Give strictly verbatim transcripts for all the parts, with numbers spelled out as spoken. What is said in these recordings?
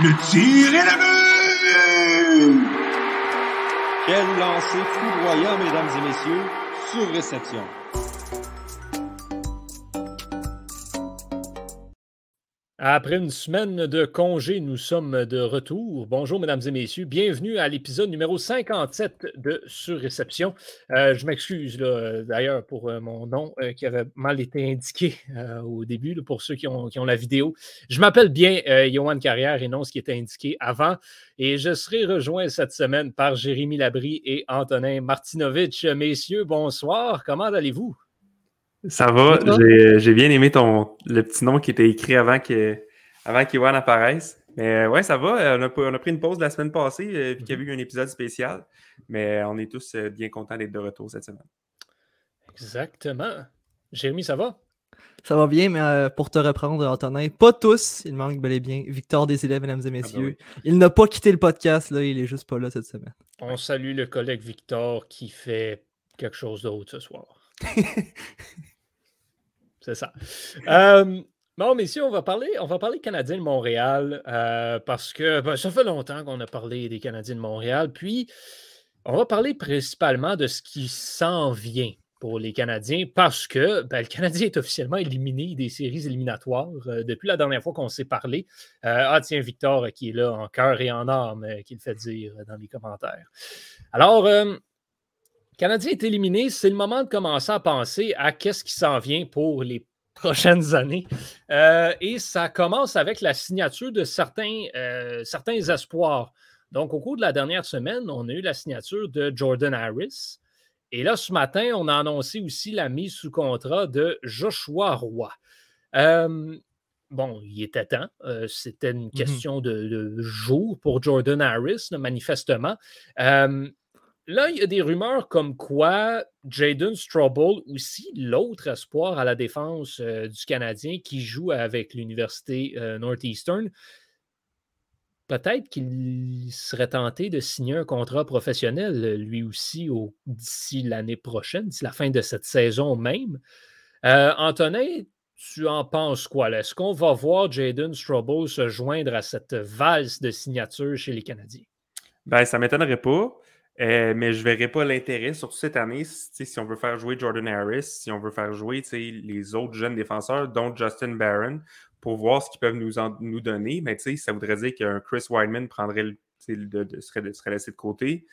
Le tir est le but! Quel lancer foudroyant, mesdames et messieurs, sur réception. Après une semaine de congé, nous sommes de retour. Bonjour, mesdames et messieurs. Bienvenue à l'épisode numéro cinquante-sept de Surréception. Euh, je m'excuse là, d'ailleurs pour euh, mon nom euh, qui avait mal été indiqué euh, au début, là, pour ceux qui ont, qui ont la vidéo. Je m'appelle bien euh, Yoann Carrière et non ce qui était indiqué avant. Et je serai rejoint cette semaine par Jérémy Labrie et Antonin Martinovitch. Messieurs, bonsoir. Comment allez-vous? Ça va, j'ai, j'ai bien aimé ton, le petit nom qui était écrit avant que, avant qu'Iwan apparaisse. Mais ouais, ça va, on a, on a pris une pause la semaine passée et puis qu'il y a eu un épisode spécial. Mais on est tous bien contents d'être de retour cette semaine. Exactement. Jérémy, ça va? Ça va bien, mais euh, pour te reprendre, Antonin, pas tous, il manque bel et bien Victor Desilets, mesdames et messieurs. Ah ben oui. Il n'a pas quitté le podcast, là, il est juste pas là cette semaine. On salue le collègue Victor qui fait quelque chose d'autre ce soir. C'est ça. Euh, bon, messieurs, on va parler, on va parler Canadiens de Montréal euh, parce que ben, ça fait longtemps qu'on a parlé des Canadiens de Montréal. Puis, on va parler principalement de ce qui s'en vient pour les Canadiens parce que ben, le Canadien est officiellement éliminé des séries éliminatoires euh, depuis la dernière fois qu'on s'est parlé. Euh, ah, tiens, Victor qui est là en cœur et en âme, euh, qui le fait dire dans les commentaires. Alors, euh, le Canadien est éliminé, c'est le moment de commencer à penser à qu'est-ce qui s'en vient pour les prochaines années. Euh, et ça commence avec la signature de certains, euh, certains espoirs. Donc, au cours de la dernière semaine, on a eu la signature de Jordan Harris. Et là, ce matin, on a annoncé aussi la mise sous contrat de Joshua Roy. Euh, bon, il était temps. Euh, c'était une question mm-hmm. de, de jour pour Jordan Harris, là, manifestement. Euh, Là, il y a des rumeurs comme quoi Jayden Struble, aussi l'autre espoir à la défense euh, du Canadien qui joue avec l'Université euh, Northeastern, peut-être qu'il serait tenté de signer un contrat professionnel, lui aussi, au, d'ici l'année prochaine, d'ici la fin de cette saison même. Euh, Antonin, tu en penses quoi? Là? Est-ce qu'on va voir Jayden Struble se joindre à cette valse de signature chez les Canadiens? Ben, ça ne m'étonnerait pas. Euh, mais je ne verrais pas l'intérêt, surtout cette année, si, si on veut faire jouer Jordan Harris, si on veut faire jouer les autres jeunes défenseurs, dont Justin Barron, pour voir ce qu'ils peuvent nous, en, nous donner. Mais ça voudrait dire qu'un Chris Wideman prendrait le, de, de, serait, de, serait laissé de côté.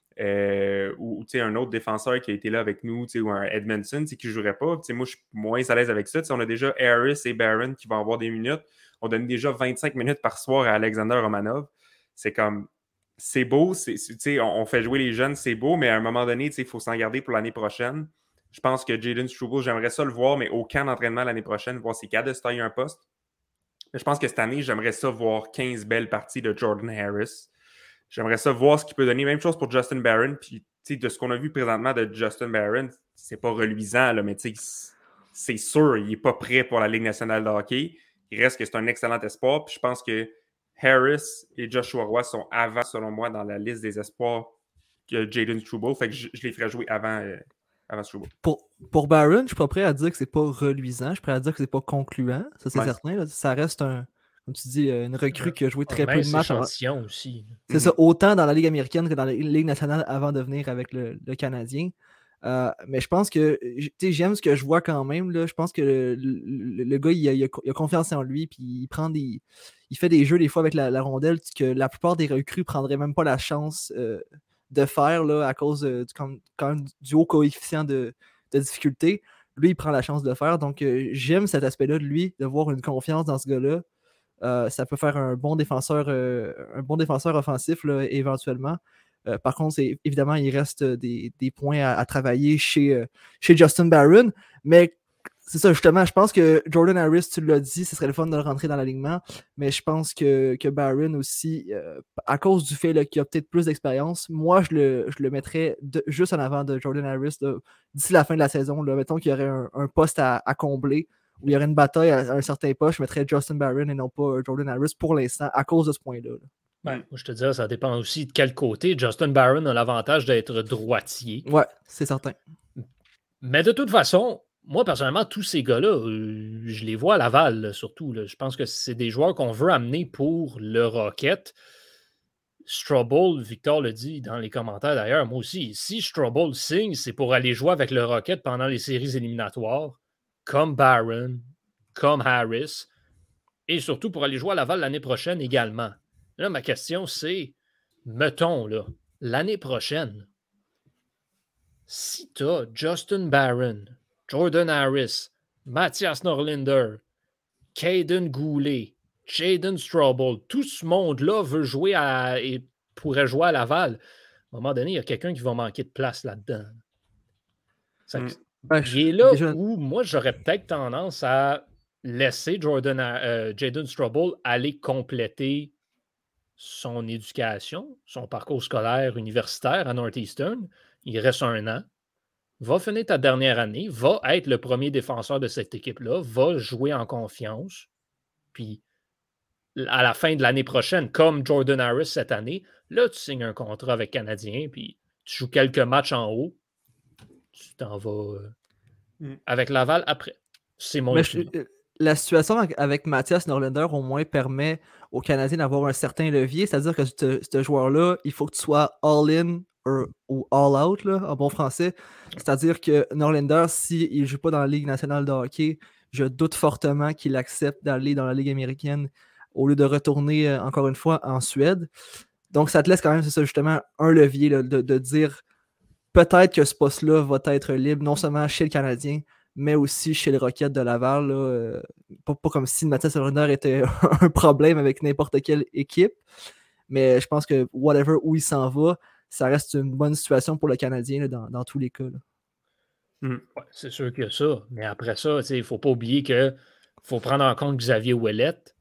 Euh, ou un autre défenseur qui a été là avec nous, ou un Edmondson qui ne jouerait pas. Moi, je suis moins à l'aise avec ça. On a déjà Harris et Barron qui vont avoir des minutes. On donne déjà vingt-cinq minutes par soir à Alexander Romanov. C'est comme... C'est beau, c'est, c'est, on, on fait jouer les jeunes, c'est beau, mais à un moment donné, il faut s'en garder pour l'année prochaine. Je pense que Jayden Struble, j'aimerais ça le voir, mais au camp d'entraînement l'année prochaine, voir s'il est capable de se tailler un poste. Mais je pense que cette année, j'aimerais ça voir quinze belles parties de Jordan Harris. J'aimerais ça voir ce qu'il peut donner. Même chose pour Justin Barron. Puis, de ce qu'on a vu présentement de Justin Barron, c'est pas reluisant, là, mais c'est sûr, il n'est pas prêt pour la Ligue nationale de hockey. Il reste que c'est un excellent espoir. Puis je pense que Harris et Joshua Roy sont avant, selon moi, dans la liste des espoirs que Jayden Struble. Fait que je, je les ferais jouer avant, euh, avant Struble. Pour, pour Barron, je suis pas prêt à dire que c'est pas reluisant. Je suis prêt à dire que c'est pas concluant. Ça, c'est ouais. certain. Là. Ça reste un, comme tu dis, une recrue qui a joué très peu de matchs. Échantillon aussi. C'est mm-hmm. ça, autant dans la Ligue américaine que dans la Ligue nationale avant de venir avec le, le Canadien. Euh, mais je pense que j'aime ce que je vois quand même. Là. Je pense que le, le, le gars, il a, il, a, il a confiance en lui, puis il prend des. Il fait des jeux des fois avec la, la rondelle que la plupart des recrues ne prendraient même pas la chance euh, de faire là, à cause euh, du, quand, quand même, du haut coefficient de, de difficulté. Lui, il prend la chance de le faire. Donc, euh, j'aime cet aspect-là de lui, de voir une confiance dans ce gars-là. Euh, ça peut faire un bon défenseur, euh, un bon défenseur offensif là, éventuellement. Euh, par contre, c'est, évidemment, il reste des, des points à, à travailler chez, euh, chez Justin Barron. Mais c'est ça, justement, je pense que Jordan Harris, tu l'as dit, ce serait le fun de le rentrer dans l'alignement. Mais je pense que, que Barron aussi, euh, à cause du fait là, qu'il a peut-être plus d'expérience, moi, je le, je le mettrais de, juste en avant de Jordan Harris là, d'ici la fin de la saison. Là, mettons qu'il y aurait un, un poste à, à combler, où il y aurait une bataille à, à un certain poste, je mettrais Justin Barron et non pas Jordan Harris pour l'instant, à cause de ce point-là. Là. Ben, moi, je te dirais, ça dépend aussi de quel côté. Justin Barron a l'avantage d'être droitier. Ouais, c'est certain. Mais de toute façon, moi, personnellement, tous ces gars-là, euh, je les vois à Laval, là, surtout. Là. Je pense que c'est des joueurs qu'on veut amener pour le Rocket. Strobel, Victor le dit dans les commentaires d'ailleurs, moi aussi, si Strobel signe, c'est pour aller jouer avec le Rocket pendant les séries éliminatoires, comme Barron, comme Harris, et surtout pour aller jouer à Laval l'année prochaine également. Là, ma question, c'est, mettons, là, l'année prochaine, si tu as Justin Barron, Jordan Harris, Mathias Norlinder, Caden Goulet, Jaden Strobel, tout ce monde-là veut jouer à, et pourrait jouer à Laval. À un moment donné, il y a quelqu'un qui va manquer de place là-dedans. Ça, Mm. Ben, il je- est là déjà- où moi, j'aurais peut-être tendance à laisser Jordan, euh, Jaden Strobel aller compléter son éducation, son parcours scolaire universitaire à Northeastern. Il reste un an. Va finir ta dernière année, va être le premier défenseur de cette équipe-là, va jouer en confiance. Puis à la fin de l'année prochaine, comme Jordan Harris cette année, là, tu signes un contrat avec Canadien, puis tu joues quelques matchs en haut, tu t'en vas euh, Mm. avec Laval après. C'est mon Mais je- opinion. euh, la situation avec, avec Mathias Norlinder, au moins, permet aux Canadiens d'avoir un certain levier. C'est-à-dire que ce, ce joueur-là, il faut que tu sois all-in ou, ou all-out, là, en bon français. C'est-à-dire que Norlinder, s'il ne joue pas dans la Ligue nationale de hockey, je doute fortement qu'il accepte d'aller dans la Ligue américaine au lieu de retourner, euh, encore une fois, en Suède. Donc, ça te laisse quand même, c'est ça, justement, un levier là, de, de dire peut-être que ce poste-là va être libre, non seulement chez le Canadien, mais aussi chez le Rocket de Laval. Là, euh, pas, pas comme si Mathias Norlinder était un problème avec n'importe quelle équipe, mais je pense que whatever où il s'en va, ça reste une bonne situation pour le Canadien là, dans, dans tous les cas. Là. Mm. Ouais, c'est sûr qu'il y a ça. Mais après ça, il ne faut pas oublier qu'il faut prendre en compte Xavier Ouellette,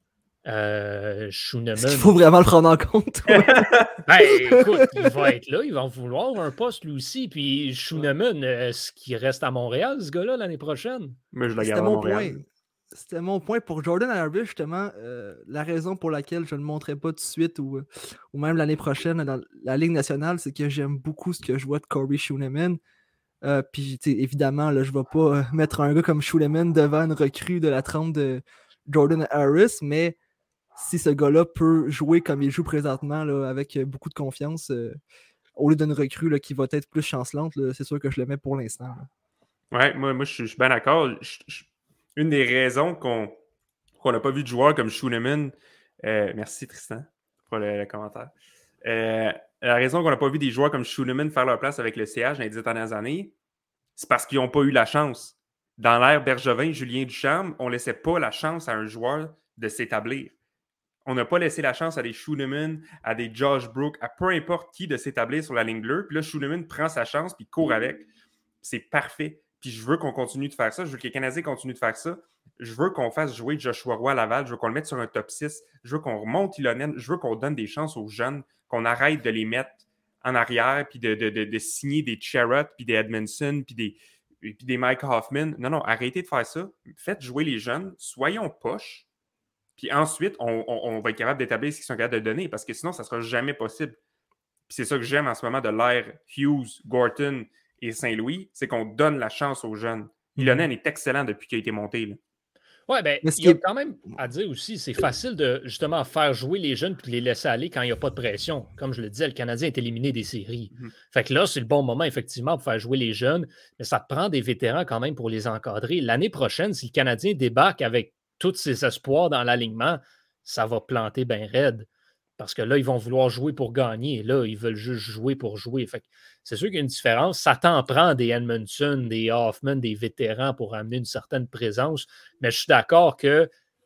euh, Schooneman. Est-ce qu'il faut vraiment le prendre en compte? Ouais. Ben, écoute, il va être là, il va en vouloir un poste lui aussi. Puis Schooneman, est-ce qu'il reste à Montréal, ce gars-là, l'année prochaine? Mais je la C'était garde à mon Montréal. point. C'était mon point pour Jordan Harris, justement. Euh, la raison pour laquelle je ne le montrerai pas tout de suite ou, ou même l'année prochaine dans la Ligue nationale, c'est que j'aime beaucoup ce que je vois de Corey Schooneman. Euh, puis, évidemment, là, je ne vais pas euh, mettre un gars comme Schooneman devant une recrue de la trempe de Jordan Harris, mais si ce gars-là peut jouer comme il joue présentement, là, avec beaucoup de confiance, euh, au lieu d'une recrue là, qui va être plus chancelante, là, c'est sûr que je le mets pour l'instant. Là. Ouais, moi, moi je suis- je suis bien d'accord. Je- je- Une des raisons qu'on qu'on n'a pas vu de joueurs comme Schooneman, euh, merci Tristan pour le, le commentaire. Euh, la raison qu'on n'a pas vu des joueurs comme Schooneman faire leur place avec le C H dans les dix dernières années, c'est parce qu'ils n'ont pas eu la chance. Dans l'ère Bergevin, Julien Ducharme, on ne laissait pas la chance à un joueur de s'établir. On n'a pas laissé la chance à des Schooneman, à des Josh Brook, à peu importe qui de s'établir sur la ligne bleue. Puis là, Schooneman prend sa chance puis court avec. C'est parfait. Puis je veux qu'on continue de faire ça. Je veux que les Canadiens continuent de faire ça. Je veux qu'on fasse jouer Joshua Roy à Laval. Je veux qu'on le mette sur un top six. Je veux qu'on remonte Ilonen. Je veux qu'on donne des chances aux jeunes, qu'on arrête de les mettre en arrière puis de, de, de, de signer des Sherrod, puis des Edmondson, puis des, puis des Mike Hoffman. Non, non, arrêtez de faire ça. Faites jouer les jeunes. Soyons poches. Puis ensuite, on, on, on va être capable d'établir ce qu'ils sont capables de donner parce que sinon, ça ne sera jamais possible. Puis c'est ça que j'aime en ce moment de l'ère Hughes, Gorton et Saint-Louis, c'est qu'on donne la chance aux jeunes. Ilonen est excellent depuis qu'il a été monté. Là. Ouais, ben, il y a quand même à dire aussi, c'est facile de justement faire jouer les jeunes puis de les laisser aller quand il n'y a pas de pression. Comme je le disais, le Canadien est éliminé des séries. Mm-hmm. Fait que là, c'est le bon moment, effectivement, pour faire jouer les jeunes, mais ça te prend des vétérans quand même pour les encadrer. L'année prochaine, si le Canadien débarque avec tous ses espoirs dans l'alignement, ça va planter bien raide. Parce que là, ils vont vouloir jouer pour gagner. Et là, ils veulent juste jouer pour jouer. Fait que c'est sûr qu'il y a une différence. Ça t'en prend des Edmondson, des Hoffman, des vétérans pour amener une certaine présence. Mais je suis d'accord que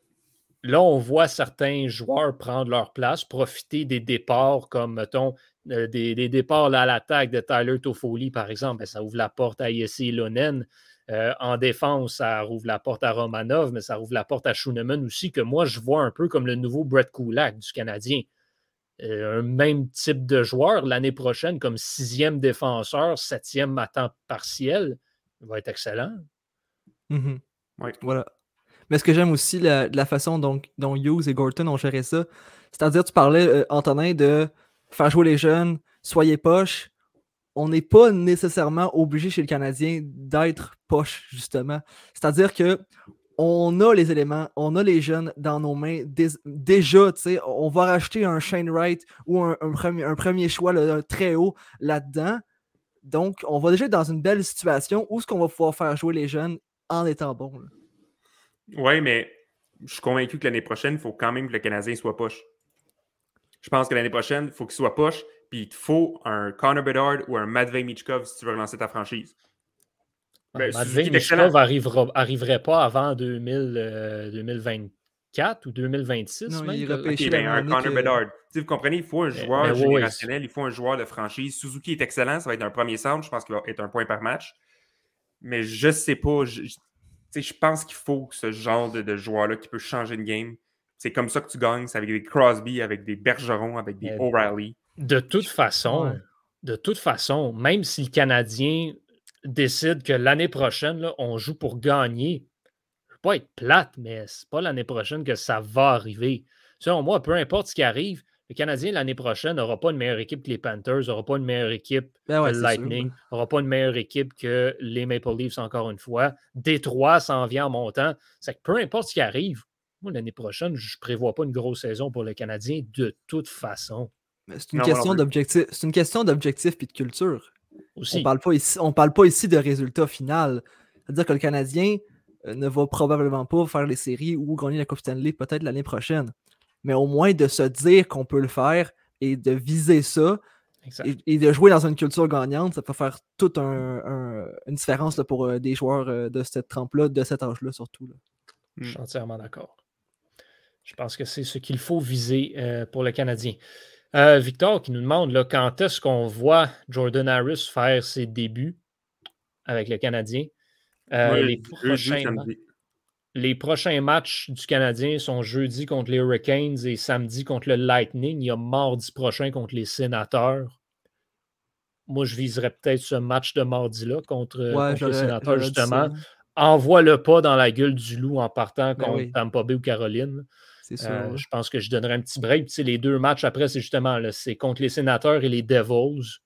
là, on voit certains joueurs prendre leur place, profiter des départs comme, mettons, euh, des, des départs là, à l'attaque de Tyler Toffoli, par exemple. Bien, ça ouvre la porte à Jesse Ilonen. Euh, en défense, ça rouvre la porte à Romanov, mais ça rouvre la porte à Schooneman aussi, que moi, je vois un peu comme le nouveau Brett Kulak du Canadien. Euh, un même type de joueur l'année prochaine comme sixième défenseur, septième à temps partiel, il va être excellent. Mm-hmm. Oui. Voilà. Mais ce que j'aime aussi, la, la façon dont, dont Hughes et Gorton ont géré ça, c'est-à-dire, tu parlais, euh, Antonin, de faire jouer les jeunes, soyez poches, on n'est pas nécessairement obligé chez le Canadien d'être poche, justement. C'est-à-dire que on a les éléments, on a les jeunes dans nos mains. Dé- déjà, tu sais, on va racheter un Shane Wright ou un, un premier, un premier choix là, très haut là-dedans. Donc, on va déjà être dans une belle situation où est-ce qu'on va pouvoir faire jouer les jeunes en étant bons. Oui, mais je suis convaincu que l'année prochaine, il faut quand même que le Canadien soit poche. Je pense que l'année prochaine, il faut qu'il soit poche, puis il te faut un Connor Bedard ou un Matvei Michkov si tu veux relancer ta franchise. Ben, Matvei Michkov n'arriverait pas avant deux mille, euh, deux mille vingt-quatre ou deux mille vingt-six. Non, même. il repêché okay, ben, un Connor que... Bedard. Vous comprenez, il faut un joueur mais, mais générationnel, oui. il faut un joueur de franchise. Suzuki est excellent, ça va être un premier centre, je pense qu'il va être un point par match. Mais je sais pas, je, je, je pense qu'il faut ce genre de, de joueur-là qui peut changer une game. C'est comme ça que tu gagnes, c'est avec des Crosby, avec des Bergeron, avec des mais O'Reilly. De toute façon, ouais. de toute façon, même si le Canadien décide que l'année prochaine, là, on joue pour gagner, je ne veux pas être plate, mais c'est pas l'année prochaine que ça va arriver. Selon moi, peu importe ce qui arrive, le Canadien, l'année prochaine, n'aura pas une meilleure équipe que les Panthers, n'aura pas une meilleure équipe ben ouais, que le Lightning, n'aura pas une meilleure équipe que les Maple Leafs, encore une fois. Détroit s'en vient en montant. C'est que peu importe ce qui arrive, moi, l'année prochaine, je ne prévois pas une grosse saison pour le Canadien de toute façon. Mais c'est une, question d'objectif, c'est une question d'objectif et de culture. Aussi. On parle pas ici, on parle pas ici de résultat final. C'est-à-dire que le Canadien euh, ne va probablement pas faire les séries ou gagner la Coupe Stanley peut-être l'année prochaine. Mais au moins de se dire qu'on peut le faire et de viser ça et, et de jouer dans une culture gagnante, ça peut faire toute un, un, une différence là, pour euh, des joueurs euh, de cette trempe-là, de cet âge-là surtout. Là. Je suis entièrement d'accord. Je pense que c'est ce qu'il faut viser euh, pour le Canadien. Euh, Victor qui nous demande là, quand est-ce qu'on voit Jordan Harris faire ses débuts avec le Canadien. Euh, ouais, les, prochains jeudi, ma- les prochains matchs du Canadien sont jeudi contre les Hurricanes et samedi contre le Lightning. Il y a mardi prochain contre les Sénateurs. Moi, je viserais peut-être ce match de mardi-là contre, ouais, contre les Sénateurs, justement. Ça. Envoie-le pas dans la gueule du loup en partant ben contre oui. Tampa Bay ou Caroline. C'est sûr. Euh, ouais. je pense que je donnerais un petit break. Tu sais, les deux matchs après, c'est justement là, c'est contre les Sénateurs et les Devils.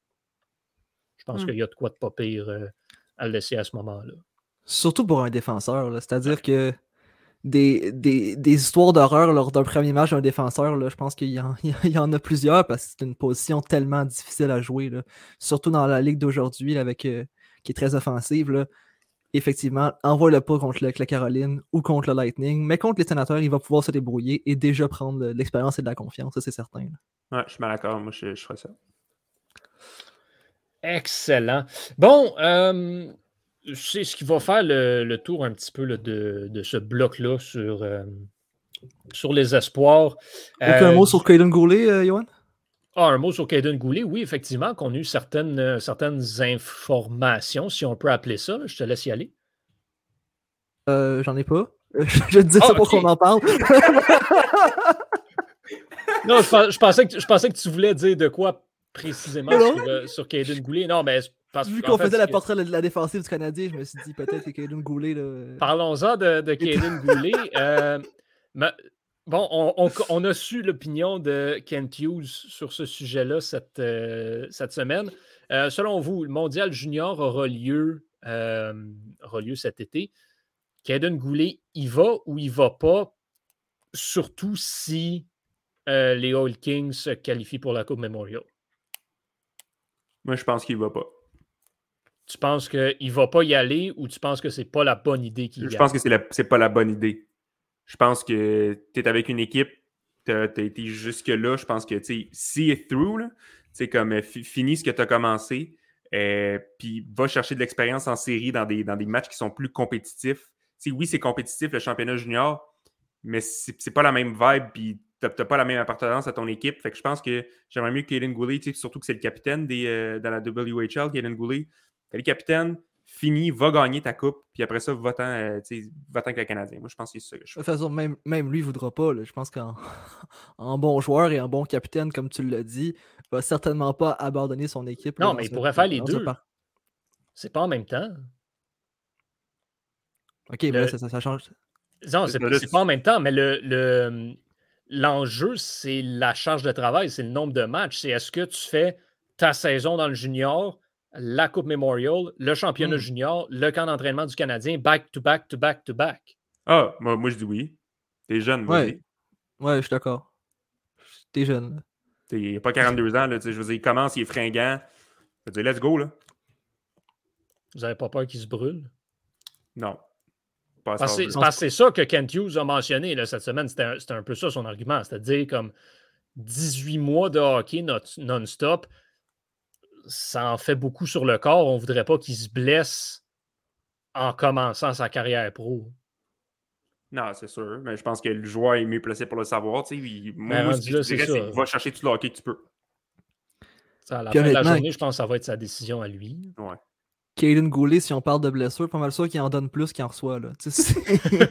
Je pense hmm. qu'il y a de quoi de pas pire euh, à le laisser à ce moment-là. Surtout pour un défenseur. Là. C'est-à-dire ouais. que des, des, des histoires d'horreur lors d'un premier match d'un défenseur, là, je pense qu'il y en, il y en a plusieurs parce que c'est une position tellement difficile à jouer. Là. Surtout dans la ligue d'aujourd'hui là, avec, euh, qui est très offensive. Là. Effectivement, envoie-le pas contre le, la Caroline ou contre le Lightning, mais contre les Sénateurs, il va pouvoir se débrouiller et déjà prendre de l'expérience et de la confiance, ça c'est certain. Là. Ouais, je suis mal d'accord, moi je, je ferais ça. Excellent. Bon, euh, c'est ce qui va faire le, le tour un petit peu là, de, de ce bloc-là sur, euh, sur les espoirs. Aucun euh, mot sur Kaiden Goulet, euh, Johan? Ah, un mot sur Kaiden Goulet, oui, effectivement, qu'on a eu certaines, euh, certaines informations, si on peut appeler ça. Là, je te laisse y aller. Euh, j'en ai pas. Je te dis oh, ça pour okay. qu'on en parle. Non, je, je, pensais que, je pensais que tu voulais dire de quoi précisément sur, euh, sur Kaiden Goulet. Non, mais parce, vu qu'on faisait fait, la portrait de la défensive du Canadien, je me suis dit peut-être que Kaiden Goulet. Là... Parlons-en de, de Kaiden Goulet. Euh, mais, bon, on, on, on a su l'opinion de Kent Hughes sur ce sujet-là cette, euh, cette semaine. Euh, selon vous, le mondial junior aura lieu, euh, aura lieu cet été. Kaiden Goulet, il va ou il va pas, surtout si euh, les Oil Kings se qualifient pour la Coupe Memorial? Moi, je pense qu'il va pas. Tu penses qu'il ne va pas y aller ou tu penses que c'est pas la bonne idée qu'il y a? Je pense que c'est, la, c'est pas la bonne idée. Je pense que tu es avec une équipe, tu as été jusque-là. Je pense que, tu sais, see it through, tu comme euh, finis ce que tu as commencé, euh, puis va chercher de l'expérience en série dans des, dans des matchs qui sont plus compétitifs. T'sais, oui, c'est compétitif, le championnat junior, mais c'est, c'est pas la même vibe, puis t'as, t'as pas la même appartenance à ton équipe. Fait que je pense que j'aimerais mieux que Kaiden Goulet, surtout que c'est le capitaine des, euh, dans la W H L, Kaiden Goulet. T'es le capitaine, fini, va gagner ta coupe, puis après ça, va-t'en, euh, va-t'en avec le Canadien. Moi, je pense que c'est ça que je fais. De toute façon, même, même lui ne voudra pas. Là. Je pense qu'en en bon joueur et en bon capitaine, comme tu l'as dit, il va certainement pas abandonner son équipe. Non, là, mais il ce, pourrait faire les deux. Par... C'est pas en même temps. OK, mais le... là, ça, ça, ça change. Non, c'est, c'est, c'est pas en même temps, mais le, le, l'enjeu, c'est la charge de travail, c'est le nombre de matchs. C'est est-ce que tu fais ta saison dans le junior, la Coupe Memorial, le championnat Mm. junior, le camp d'entraînement du Canadien, back to back to back to back. Ah, moi, moi je dis oui. T'es jeune, vas-y. Ouais, ouais, je suis d'accord. T'es jeune. là. T'sais, il n'a pas quarante-deux ans, là, je veux dire, il commence, il est fringant. Je veux dire, let's go, là. Vous n'avez pas peur qu'il se brûle? Non. Pas à Parce que ça. c'est parce que c'est ça que Kent Hughes a mentionné là, cette semaine. C'était un, c'était un peu ça son argument. C'est-à-dire comme dix-huit mois de hockey not- non-stop, ça en fait beaucoup sur le corps. On ne voudrait pas qu'il se blesse en commençant sa carrière pro. Non, c'est sûr. Mais je pense que le joueur est mieux placé pour le savoir. Tu sais, il- moi, Ben, moi, rendu ce que là, je c'est dirais, ça. c'est va chercher tout le hockey que tu peux. Ça, à la Puis fin de la honnêtement, journée, je pense que ça va être sa décision à lui. Ouais. Caden Goulet, si on parle de blessure, pas mal sûr qu'il en donne plus qu'il en reçoit. Là. Tu sais, c'est-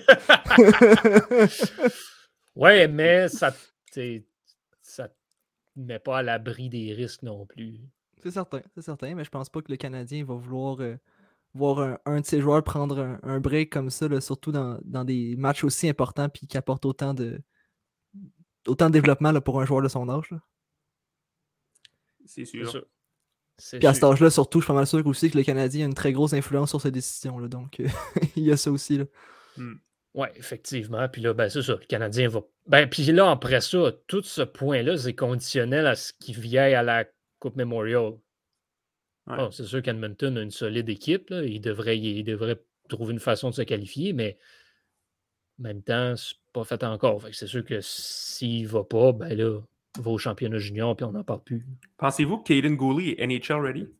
Ouais, mais ça ne ça te met pas à l'abri des risques non plus. c'est certain, c'est certain, mais je pense pas que le Canadien va vouloir euh, voir un, un de ses joueurs prendre un, un break comme ça, là, surtout dans, dans des matchs aussi importants puis qui apportent autant de autant de développement là, pour un joueur de son âge. Là. C'est C'est sûr. sûr. C'est Puis à cet sûr. âge-là, surtout, je suis pas mal sûr aussi que le Canadien a une très grosse influence sur ses décisions. Là, donc, euh, il y a ça aussi. Là. Hmm. Oui, effectivement. Puis là, ben, c'est ça. Le Canadien va. Ben, puis là, après ça, tout ce point-là, c'est conditionnel à ce qui vient à la Coupe Memorial. Ouais. Bon, c'est sûr qu'Edmonton a une solide équipe. Là. Il, devrait, il devrait trouver une façon de se qualifier, mais en même temps, c'est pas fait encore. Fait que c'est sûr que s'il va pas, ben là, il va au championnat junior puis on n'en parle plus. Pensez-vous que Caden Goulet est N H L ready?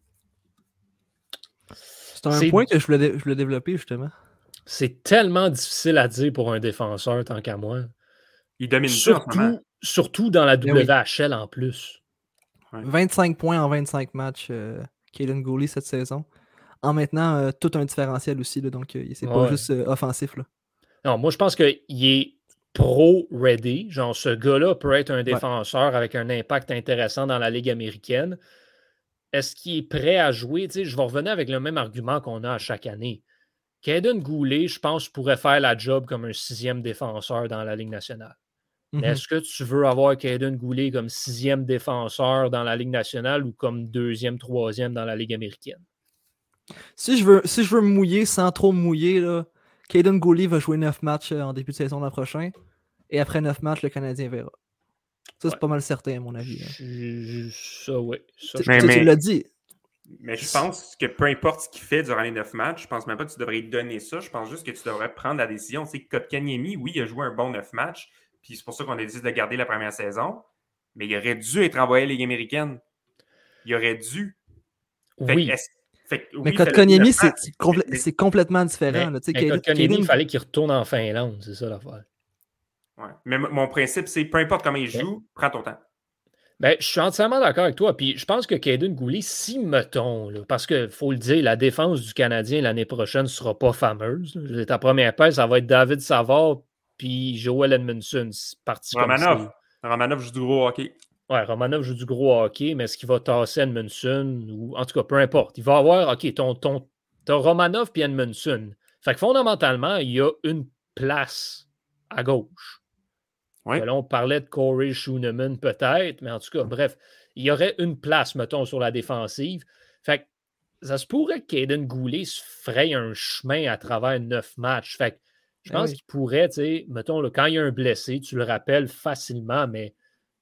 C'est un C'est- point que je voulais, dé- je voulais développer justement. C'est tellement difficile à dire pour un défenseur, tant qu'à moi. Il domine ça en ce moment. Surtout, surtout dans la Ben oui. W H L en plus. Ouais. vingt-cinq points en vingt-cinq matchs, euh, Caden Goulet cette saison. En maintenant, euh, tout un différentiel aussi. Là, donc, euh, c'est pas Ouais. juste euh, offensif. Là. Non, moi, je pense qu'il est pro-ready. Genre, ce gars-là peut être un défenseur avec un impact intéressant dans la Ligue américaine. Est-ce qu'il est prêt à jouer? Tu sais, je vais revenir avec le même argument qu'on a à chaque année. Caden Goulet, je pense, pourrait faire la job comme un sixième défenseur dans la Ligue nationale. Mhm. Mais est-ce que tu veux avoir Caden Goulet comme sixième défenseur dans la Ligue nationale ou comme deuxième, troisième dans la Ligue américaine? Si je veux, si je veux me mouiller sans trop me mouiller, là, Caden Goulet va jouer neuf matchs euh, en début de saison l'an prochain. Et après neuf matchs, le Canadien verra. Ça, c'est Ouais. pas mal certain, à mon avis. hein. Je- Ça, oui. Ça, Tu je- Mais- tu- tu mais- l'as dit. Mais je pense que peu importe ce qu'il fait durant les neuf matchs, je pense même pas que tu devrais lui donner ça. Je pense juste que tu devrais prendre la décision. Tu sais, Kotkaniemi, oui, il a joué un bon neuf matchs, puis c'est pour ça qu'on a décidé de le garder la première saison, mais il aurait dû être envoyé à la Ligue américaine. Il aurait dû. Fait Oui. que est-ce- fait que, Mais oui, il fallait Kotkaniemi, neuf c'est matchs, c'est complè- mais- c'est complètement différent. Mais, là. Tu sais, mais Caden- Kotkaniemi, Caden- il fallait qu'il retourne en Finlande. C'est ça l'affaire. ouais. Mais m- mon principe, c'est peu importe comment il joue, prends ton temps. Ben, je suis entièrement d'accord avec toi. Puis je pense que Caden Goulet, si mettons, là, parce qu'il faut le dire, la défense du Canadien l'année prochaine ne sera pas fameuse. là. Je veux dire, Ta première paire, ça va être David Savard puis Joel Edmondson. C'est parti comme Romanov. Romanov joue du gros hockey. c'est. Ouais, Romanov joue du gros hockey, mais est-ce qu'il va tasser Edmondson? Ou, en tout cas, peu importe. Il va avoir, OK, ton, ton, t'as Romanov puis Edmondson. Fait que fondamentalement, il y a une place à gauche. Ouais. Que là, on parlait de Corey Schooneman peut-être, mais en tout cas, bref, il y aurait une place, mettons, sur la défensive. Fait que ça se pourrait que Caden Goulet se fraye un chemin à travers neuf matchs. Fait que je Ah pense oui. qu'il pourrait, tu sais, mettons, là, quand il y a un blessé, tu le rappelles facilement, mais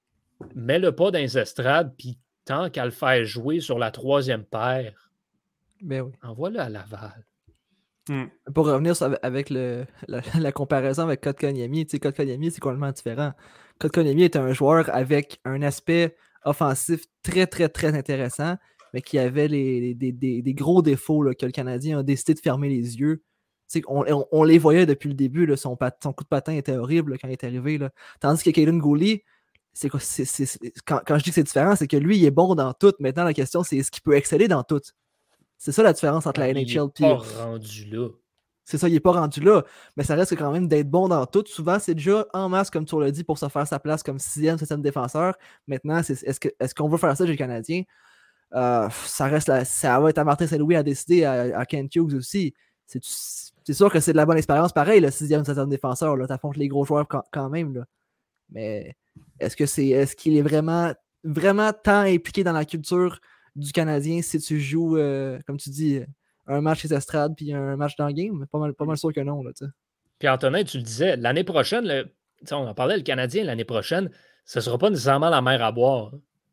mets-le pas dans les estrades, puis tant qu'à le faire jouer sur la troisième paire, Ben oui. envoie-le à Laval. Hmm. Pour revenir sur- avec le, la, la comparaison avec Kotkaniemi, tu sais, Kotkaniemi, c'est complètement différent. Kotkaniemi est un joueur avec un aspect offensif très, très, très intéressant, mais qui avait les, les- des, des- des gros défauts là, que le Canadien a décidé de fermer les yeux. Tu sais, On, on- on les voyait depuis le début, là, son, pat- son coup de patin était horrible là, quand il est arrivé. Là. Tandis que Caden Goulet, c'est, quoi- c'est- c'est- c'est- quand, quand je dis que c'est différent, c'est que lui, il est bon dans tout. Maintenant, la question, c'est est-ce qu'il peut exceller dans tout? C'est ça la différence entre la Il N H L est et pas rendu là. c'est ça, il n'est pas rendu là. Mais ça reste quand même d'être bon dans tout. Souvent, c'est déjà en masse, comme tu l'as dit, pour se faire sa place comme sixième, septième défenseur. Maintenant, c'est, est-ce, que, est-ce qu'on veut faire ça chez les Canadiens? Euh, ça reste la, ça va être à Martin Saint-Louis à décider, à, à Kent Hughes aussi. C'est, c'est sûr que c'est de la bonne expérience. Pareil, le sixième, septième défenseur, là, t'affrontes les gros joueurs quand, quand même. Là. Mais est-ce que c'est est-ce qu'il est vraiment, vraiment tant impliqué dans la culture du Canadien si tu joues, euh, comme tu dis, un match chez Estrades puis un match dans le game? Pas mal, pas mal sûr que non. Là, puis Antonin, tu le disais, l'année prochaine, le, on en parlait, le Canadien, l'année prochaine, ce ne sera pas nécessairement la mer à boire.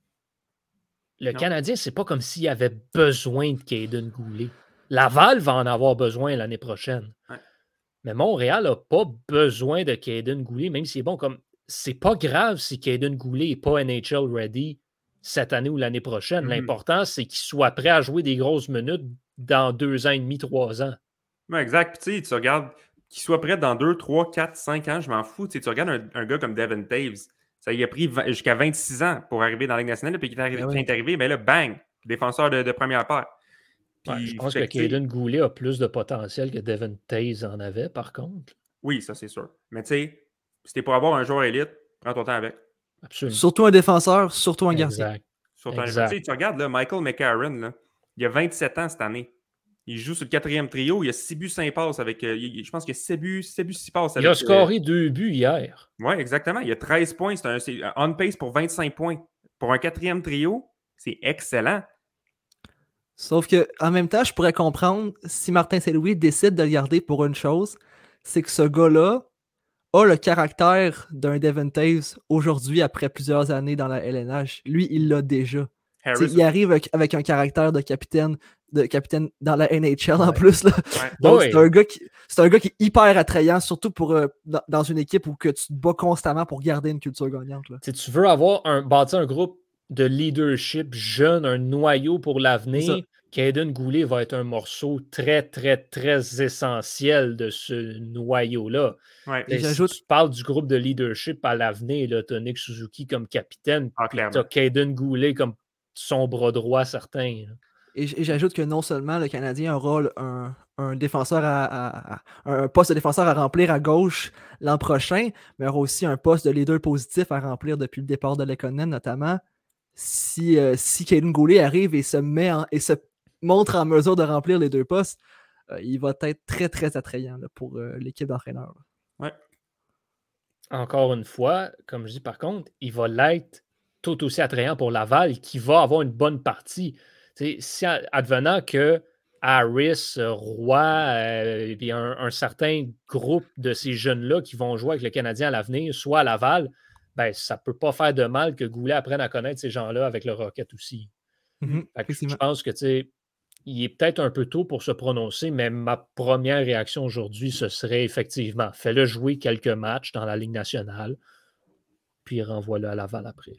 Le non. Canadien, c'est pas comme s'il avait besoin de Caden Goulet. Laval va en avoir besoin l'année prochaine. Ouais. Mais Montréal n'a pas besoin de Caden Goulet, même s'il est bon. Comme c'est pas grave si Caden Goulet n'est pas N H L ready cette année ou l'année prochaine. Mm-hmm. L'important, c'est qu'il soit prêt à jouer des grosses minutes dans deux ans et demi, trois ans. Ouais, exact. Puis tu sais, tu regardes qu'il soit prêt dans deux, trois, quatre, cinq ans, je m'en fous. Tu sais, tu regardes un, un gars comme Devin Taves. Ça y a pris vingt, jusqu'à vingt-six ans pour arriver dans la Ligue nationale. Puis qu'il est arrivé, ben oui. est arrivé, ben là, bang, défenseur de, de première paire. Puis, ouais, je pense que Caden Goulet a plus de potentiel que Devin Taves en avait, par contre. Oui, ça, c'est sûr. Mais tu sais, si t'es pour avoir un joueur élite, prends ton temps avec. Absolument. Surtout un défenseur, surtout un gardien. Exact. Surtout exact. Un... Tu regardes, là, Michael McCarron, là, il a vingt-sept ans cette année. Il joue sur le quatrième trio. Il a six buts, cinq passes avec. Euh, il, je pense qu'il y a sept buts, sept buts, six passes avec. Il a scoré euh... deux buts hier. Oui, exactement. Il a treize points. C'est, un, c'est on pace pour vingt-cinq points. Pour un quatrième trio, c'est excellent. Sauf que en même temps, je pourrais comprendre si Martin Saint-Louis décide de le garder pour une chose, c'est que ce gars-là a le caractère d'un Devin Taves aujourd'hui après plusieurs années dans la L N H. Lui, il l'a déjà. Il arrive avec, avec un caractère de capitaine, de capitaine dans la N H L ouais. en plus. Là. Ouais. Donc, ouais. c'est, un gars qui, c'est un gars qui est hyper attrayant, surtout pour, euh, dans, dans une équipe où que tu te bats constamment pour garder une culture gagnante. Là. Tu veux avoir un, bâtir un groupe de leadership jeune, un noyau pour l'avenir. Caden Goulet va être un morceau très, très, très essentiel de ce noyau-là. Ouais. Et si tu parles du groupe de leadership à l'avenir, tu as Nick Suzuki comme capitaine, ah, puis tu as Caden Goulet comme son bras droit certain. Et, et j'ajoute que non seulement le Canadien aura un, un défenseur à, à, à un poste de défenseur à remplir à gauche l'an prochain, mais aura aussi un poste de leader positif à remplir depuis le départ de Lekonen, notamment. Si, euh, si Caden Goulet arrive et se met en, et se montre en mesure de remplir les deux postes, euh, il va être très, très attrayant là, pour euh, l'équipe d'entraîneurs. Ouais. Encore une fois, comme je dis par contre, il va l'être tout aussi attrayant pour Laval, qui va avoir une bonne partie. T'sais, si advenant que Harris, Roy, euh, et puis un, un certain groupe de ces jeunes-là qui vont jouer avec le Canadien à l'avenir, soit à Laval, ben, ça ne peut pas faire de mal que Goulet apprenne à connaître ces gens-là avec le Rocket aussi. Mm-hmm. Je, je pense que il est peut-être un peu tôt pour se prononcer, mais ma première réaction aujourd'hui, ce serait effectivement, fais-le jouer quelques matchs dans la Ligue nationale, puis renvoie-le à Laval après.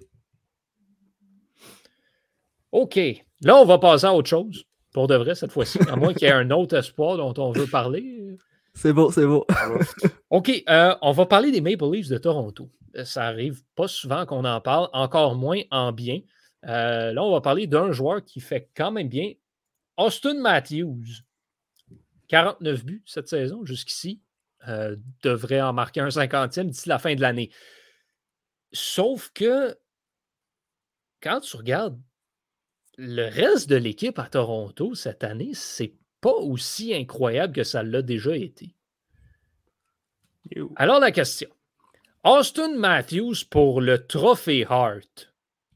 OK. Là, on va passer à autre chose, pour de vrai, cette fois-ci, à moins qu'il y ait un autre espoir dont on veut parler. C'est beau, c'est beau. OK. Euh, on va parler des Maple Leafs de Toronto. Ça arrive pas souvent qu'on en parle, encore moins en bien. Euh, là, on va parler d'un joueur qui fait quand même bien. Auston Matthews, quarante-neuf buts cette saison jusqu'ici, euh, devrait en marquer un cinquantième d'ici la fin de l'année. Sauf que quand tu regardes le reste de l'équipe à Toronto cette année, c'est pas aussi incroyable que ça l'a déjà été. Alors la question, Auston Matthews pour le trophée Hart.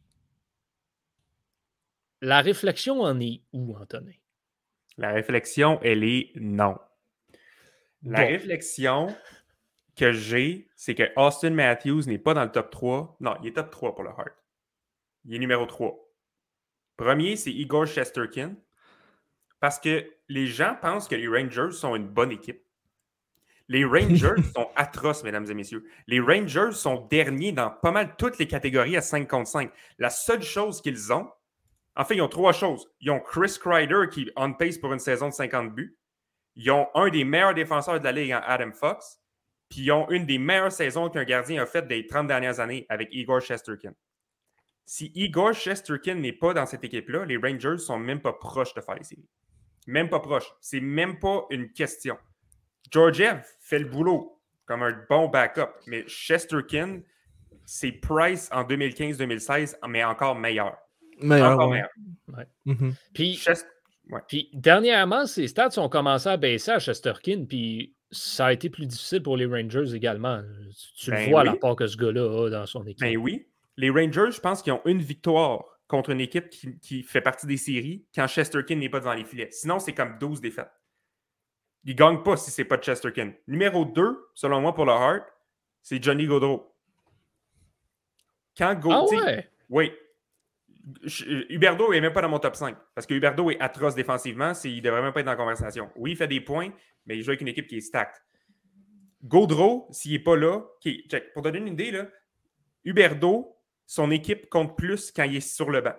La réflexion en est où, Antonin? La réflexion, elle est non. La bon. réflexion que j'ai, c'est que Auston Matthews n'est pas dans le top trois. Non, il est top trois pour le Hart. Il est numéro trois. Premier, c'est Igor Shesterkin. Parce que les gens pensent que les Rangers sont une bonne équipe. Les Rangers sont atroces, mesdames et messieurs. Les Rangers sont derniers dans pas mal toutes les catégories à cinq contre cinq. La seule chose qu'ils ont, en fait, ils ont trois choses. Ils ont Chris Kreider qui est on pace pour une saison de cinquante buts. Ils ont un des meilleurs défenseurs de la Ligue en Adam Fox. Puis ils ont une des meilleures saisons qu'un gardien a faites des trente dernières années avec Igor Shesterkin. Si Igor Shesterkin n'est pas dans cette équipe-là, les Rangers ne sont même pas proches de faire les séries. Même pas proches. C'est même pas une question. Georgiev fait le boulot comme un bon backup, mais Shesterkin, c'est Price en deux mille quinze deux mille seize, mais encore meilleur. Meilleur, encore ouais. meilleur. Ouais. Mm-hmm. Puis, Chest... ouais. puis, dernièrement, ses stats ont commencé à baisser à Shesterkin, puis ça a été plus difficile pour les Rangers également. Tu ben le vois oui. à la part que ce gars-là a dans son équipe. Ben oui. Les Rangers, je pense qu'ils ont une victoire contre une équipe qui, qui fait partie des séries quand Shesterkin n'est pas devant les filets. Sinon, c'est comme douze défaites. Il ne gagne pas si ce n'est pas de Shesterkin. Numéro deux, selon moi, pour le Heart, c'est Johnny Gaudreau. Quand Gaudreau... Ah ouais? Oui. Huberdeau n'est même pas dans mon top cinq. Parce que Huberdeau est atroce défensivement. Il ne devrait même pas être dans la conversation. Oui, il fait des points, mais il joue avec une équipe qui est stacked. Gaudreau, s'il n'est pas là... Okay, check. Pour donner une idée, là, Huberdeau, son équipe compte plus quand il est sur le banc.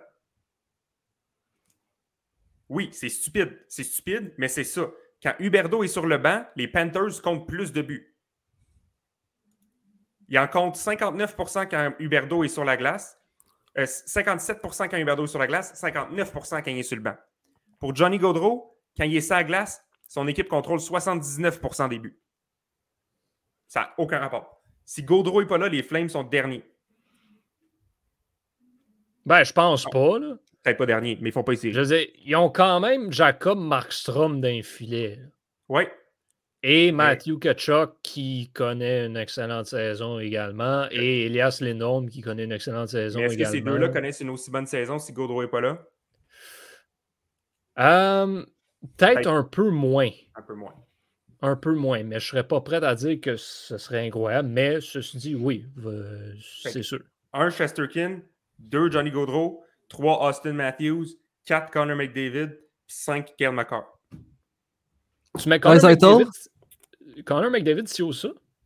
Oui, c'est stupide. C'est stupide, mais c'est ça. Quand Huberdeau est sur le banc, les Panthers comptent plus de buts. Il en compte cinquante-neuf pour cent quand Huberdeau est sur la glace, euh, cinquante-sept pour cent quand Huberdeau est sur la glace, cinquante-neuf pour cent quand il est sur le banc. Pour Johnny Gaudreau, quand il est sur la glace, son équipe contrôle soixante-dix-neuf pour cent des buts. Ça n'a aucun rapport. Si Gaudreau n'est pas là, les Flames sont derniers. Ben, je pense pas, là. Peut-être pas dernier, mais ils font pas ici. Je veux dire, ils ont quand même Jacob Markstrom d'un filet. Oui. Et Matthew Tkachuk qui connaît une excellente saison également. Et Elias Lindholm qui connaît une excellente saison mais est-ce également. Est-ce que ces deux-là connaissent une aussi bonne saison si Gaudreau n'est pas là? Euh, peut-être, peut-être un peu moins. Un peu moins. Un peu moins, mais je ne serais pas prêt à dire que ce serait incroyable. Mais ceci dit, oui, euh, c'est fait, sûr. Un Shesterkin, deux Johnny Gaudreau, trois Austin Matthews, quatre Connor McDavid, cinq Cale Makar. Tu mets Connor McDavid, Connor McDavid si haut ça?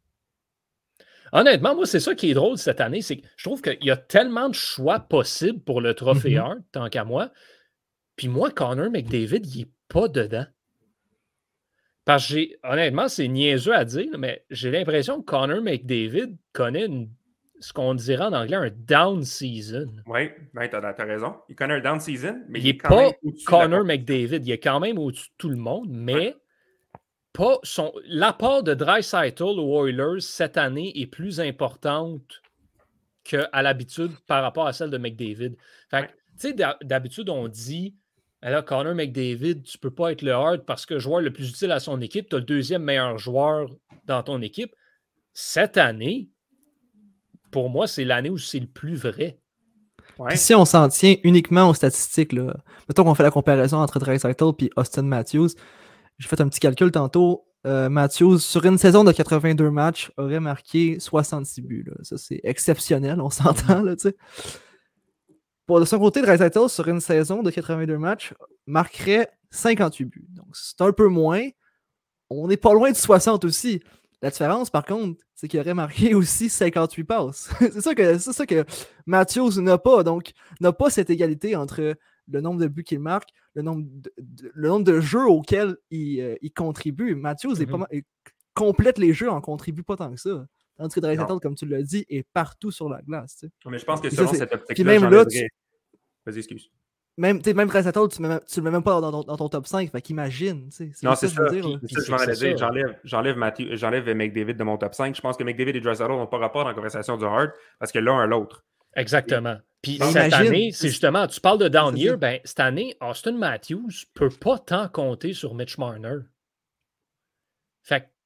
Honnêtement, moi, c'est ça qui est drôle cette année, c'est que je trouve qu'il y a tellement de choix possibles pour le trophée mm-hmm. Hart, tant qu'à moi. Puis moi, Connor McDavid, il n'est pas dedans. Parce que j'ai, honnêtement, c'est niaiseux à dire, mais j'ai l'impression que Connor McDavid connaît une, ce qu'on dirait en anglais un down season. Oui, ben, tu as raison. Il connaît un down season, mais il n'est pas Connor McDavid. Il est quand même au-dessus de tout le monde, mais ouais. pas son, l'apport de Draisaitl aux Oilers cette année est plus importante qu'à l'habitude par rapport à celle de McDavid. Fait ouais. Tu sais, d'habitude, on dit alors, Connor McDavid, tu ne peux pas être le Hart parce que le joueur le plus utile à son équipe, tu as le deuxième meilleur joueur dans ton équipe. Cette année, pour moi, c'est l'année où c'est le plus vrai. Ouais. Puis si on s'en tient uniquement aux statistiques, là, mettons qu'on fait la comparaison entre Draisaitl et Austin Matthews, j'ai fait un petit calcul tantôt. Euh, Matthews, sur une saison de quatre-vingt-deux matchs, aurait marqué soixante-six buts. Là. Ça, c'est exceptionnel, on s'entend, là, tu sais. Pour de son côté, Draisaitl, sur une saison de quatre-vingt-deux matchs, marquerait cinquante-huit buts. Donc, c'est un peu moins. On n'est pas loin de soixante aussi. La différence, par contre, c'est qu'il aurait marqué aussi cinquante-huit passes. c'est, ça que, c'est ça que Matthews n'a pas. Donc, n'a pas cette égalité entre le nombre de buts qu'il marque, le nombre de, de, le nombre de jeux auxquels il, euh, il contribue. Matthews mm-hmm. est pas mal, il complète les jeux, en contribue pas tant que ça. Tandis que Draisaitl, comme tu l'as dit, est partout sur la glace. Tu sais. Mais je pense que selon ça, cette optique-là, même là, tu... Vas-y, excuse. Même, même Draisaitl, tu ne le mets même pas dans, dans, dans ton top cinq, fait qu'imagine. C'est non, c'est ça. ça, dire, c'est ça je m'en allais dire. J'enlève, j'enlève, Matthew, j'enlève McDavid de mon top cinq. Je pense que McDavid et Draisaitl n'ont pas rapport dans la conversation du Hart parce que l'un à l'autre. Exactement. Puis cette imagine, année, c'est justement, tu parles de down year, ben, cette année, Austin Matthews ne peut pas tant compter sur Mitch Marner. Fait que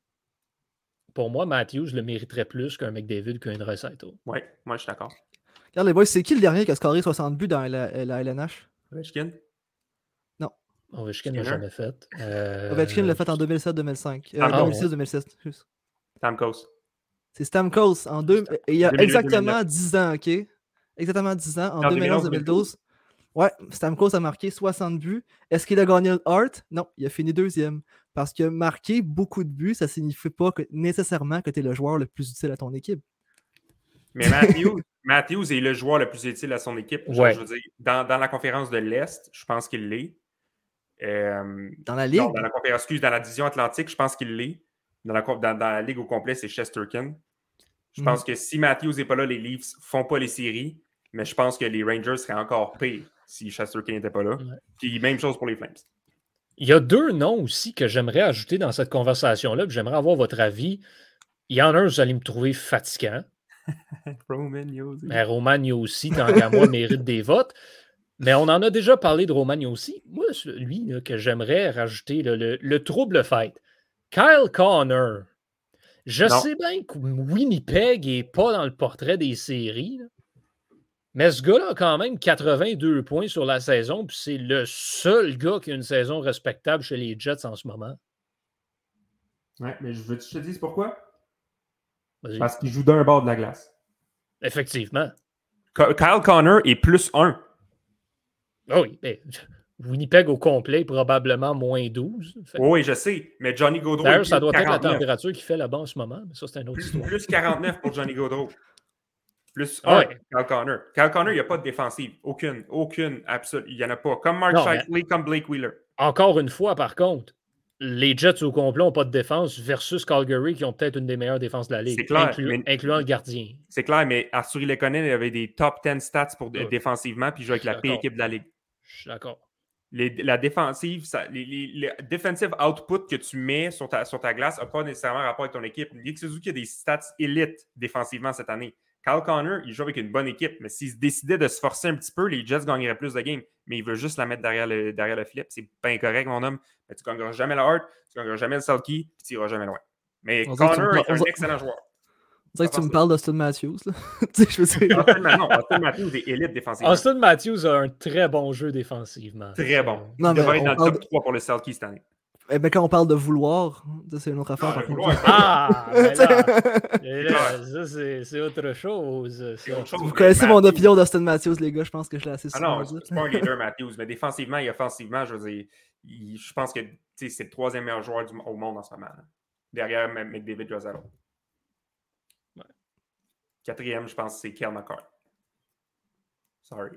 pour moi, Matthews le mériterait plus qu'un McDavid qu'un Draisaitl. Oui, moi je suis d'accord. Regarde les boys, c'est qui le dernier qui a scoré soixante buts dans la, la L N H? Ovechkin? Non. Ovechkin l'a jamais fait. Euh... Ovechkin l'a fait en deux mille sept deux mille cinq. Euh, deux mille six deux mille sept. Stamkos. C'est Stamkos. En deux... Il y a exactement dix ans, OK? Exactement dix ans, en deux mille onze deux mille douze. Ouais, Stamkos a marqué soixante buts. Est-ce qu'il a gagné le Hart? Non, il a fini deuxième. Parce que marquer beaucoup de buts, ça ne signifie pas que, nécessairement que tu es le joueur le plus utile à ton équipe. Mais Matthews, Matthews est le joueur le plus utile à son équipe. Genre, ouais. Je veux dire, dans, dans la conférence de l'Est, je pense qu'il l'est. Euh, dans la Ligue? Non, dans la conférence, excuse, dans la division Atlantique, je pense qu'il l'est. Dans la, dans, dans la Ligue au complet, c'est Shesterkin. Je mm. pense que si Matthews n'est pas là, les Leafs ne font pas les séries. Mais je pense que les Rangers seraient encore pires si Shesterkin n'était pas là. Ouais. Puis même chose pour les Flames. Il y a deux noms aussi que j'aimerais ajouter dans cette conversation-là, puis j'aimerais avoir votre avis. Il y en a un, vous allez me trouver fatigant. Roman Josi. Ben, Roman Josi, tant qu'à moi, mérite des votes. Mais on en a déjà parlé de Roman Josi. Moi, lui, là, que j'aimerais rajouter, là, le, le trouble fête. Kyle Connor. Je non. sais bien que Winnipeg n'est pas dans le portrait des séries, là. Mais ce gars-là a quand même quatre-vingt-deux points sur la saison, puis c'est le seul gars qui a une saison respectable chez les Jets en ce moment. Ouais, mais je veux que je te dise pourquoi? Vas-y. Parce qu'il joue d'un bord de la glace. Effectivement. Kyle Connor est plus un. Oh oui, mais Winnipeg au complet, probablement moins douze. Fait... Oui, je sais, mais Johnny Gaudreau D'ailleurs, est plus ça doit quarante-neuf. être la température qu'il fait là-bas en ce moment, mais ça, c'est un autre Plus, histoire. plus quarante-neuf pour Johnny Gaudreau. Plus Ah un, ouais. Kyle Connor. Kyle Connor, il n'y a pas de défensive. Aucune, aucune, absolument. Il n'y en a pas. Comme Mark Non, Scheifele, mais... comme Blake Wheeler. Encore une fois, par contre, les Jets au complet n'ont pas de défense versus Calgary qui ont peut-être une des meilleures défenses de la Ligue, C'est clair, inclu... mais... incluant le gardien. C'est clair, mais Arthur Lekonen il avait des top dix stats pour Oui. défensivement, puis il joue avec la pire équipe de la Ligue. Je suis d'accord. Les, la défensive, ça, les, les, les defensive output que tu mets sur ta, sur ta glace n'a pas nécessairement rapport avec ton équipe. Nick Suzuki a des stats élites défensivement cette année. Kyle Connor, il joue avec une bonne équipe, mais s'il se décidait de se forcer un petit peu, les Jets gagneraient plus de games. Mais il veut juste la mettre derrière le, derrière le flip. C'est pas incorrect, mon homme. Mais tu ne gagneras jamais le Hart, tu ne gagneras jamais le Selkie, puis tu n'iras jamais loin. Mais On Connor dirait est que tu un me- on- excellent joueur. On dirait que tu me parles d'Austin Matthews. Là. Tu sais, je veux dire. Austin, non, Austin Matthews est élite défensivement. Austin Matthews a un très bon jeu défensivement. Très bon. Non, il mais devrait être on dans le parle top de- trois pour le Selkie cette année. Eh ben, quand on parle de vouloir, ça, c'est une autre affaire. Ah, par le contre. vouloir, Ah, mais là, mais là, clair. ça, c'est, c'est autre chose. C'est ça. autre chose. Vous mais connaissez mon Matthews- opinion d'Austin Matthews, les gars. Je pense que je l'ai assez Ah souvent non, dit. c'est c'est pas un leader, Matthews, mais défensivement et offensivement, je veux dire, il- je pense que tu sais, c'est le troisième meilleur joueur du, au monde en ce moment. Là. Derrière M- McDavid Rosado. Ouais. Quatrième, je pense, c'est Kel McCarr. Sorry.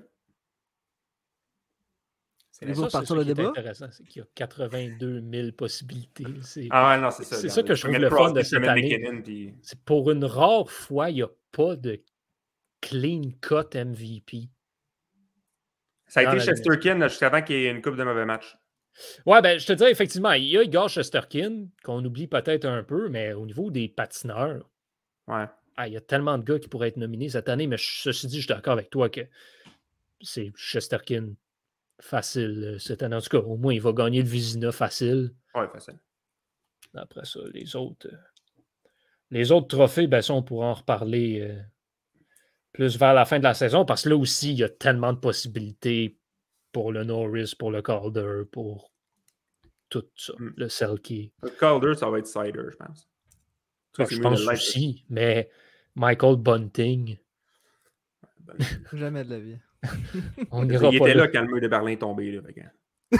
C'est Les la- vous Ça, c'est repartir ça le qui est débat? intéressant, c'est qu'il y a quatre-vingt-deux mille possibilités. C'est, Ah ouais, non, c'est ça. c'est regarde. ça que je trouve Mets le fun Crosby, de tu cette mets année. McKinnon, puis- C'est pour une rare fois, il n'y a pas de clean cut M V P. Ça a Dans été la Chesterkin là, juste avant qu'il y ait une coupe de mauvais matchs. Ouais, ben, je te dirais, effectivement, il y a Igor Shesterkin, qu'on oublie peut-être un peu, mais au niveau des patineurs, Ouais. ah, il y a tellement de gars qui pourraient être nominés cette année, mais je- ceci dit, je suis d'accord avec toi que c'est Shesterkin facile euh, cette année. En tout cas, au moins, il va gagner le Vizina facile. Ouais, facile. Après ça, les autres, euh, les autres trophées, ben, ça, on pourra en reparler euh, plus vers la fin de la saison, parce que là aussi, il y a tellement de possibilités pour le Norris, pour le Calder, pour tout ça, Mm. le Selkie. Le Calder, ça va être Cider, je pense. Toi, Ah, c'est je mieux de pense l'être. aussi, mais Michael Bunting, Jamais de la vie. on Il n'ira pas était là. là quand le mur de Berlin est tombé. Là, fait que-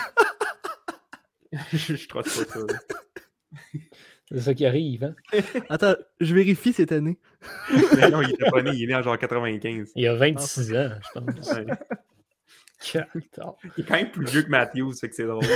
je je trosse pas ça. là. C'est ça qui arrive. Hein? Attends, je vérifie cette année. Mais non, il était pas né, il est né en genre quatre-vingt-quinze. Il y a vingt-six ans, je pense. Ouais. Quatre. Il est quand même plus vieux que Matthews, fait que c'est drôle.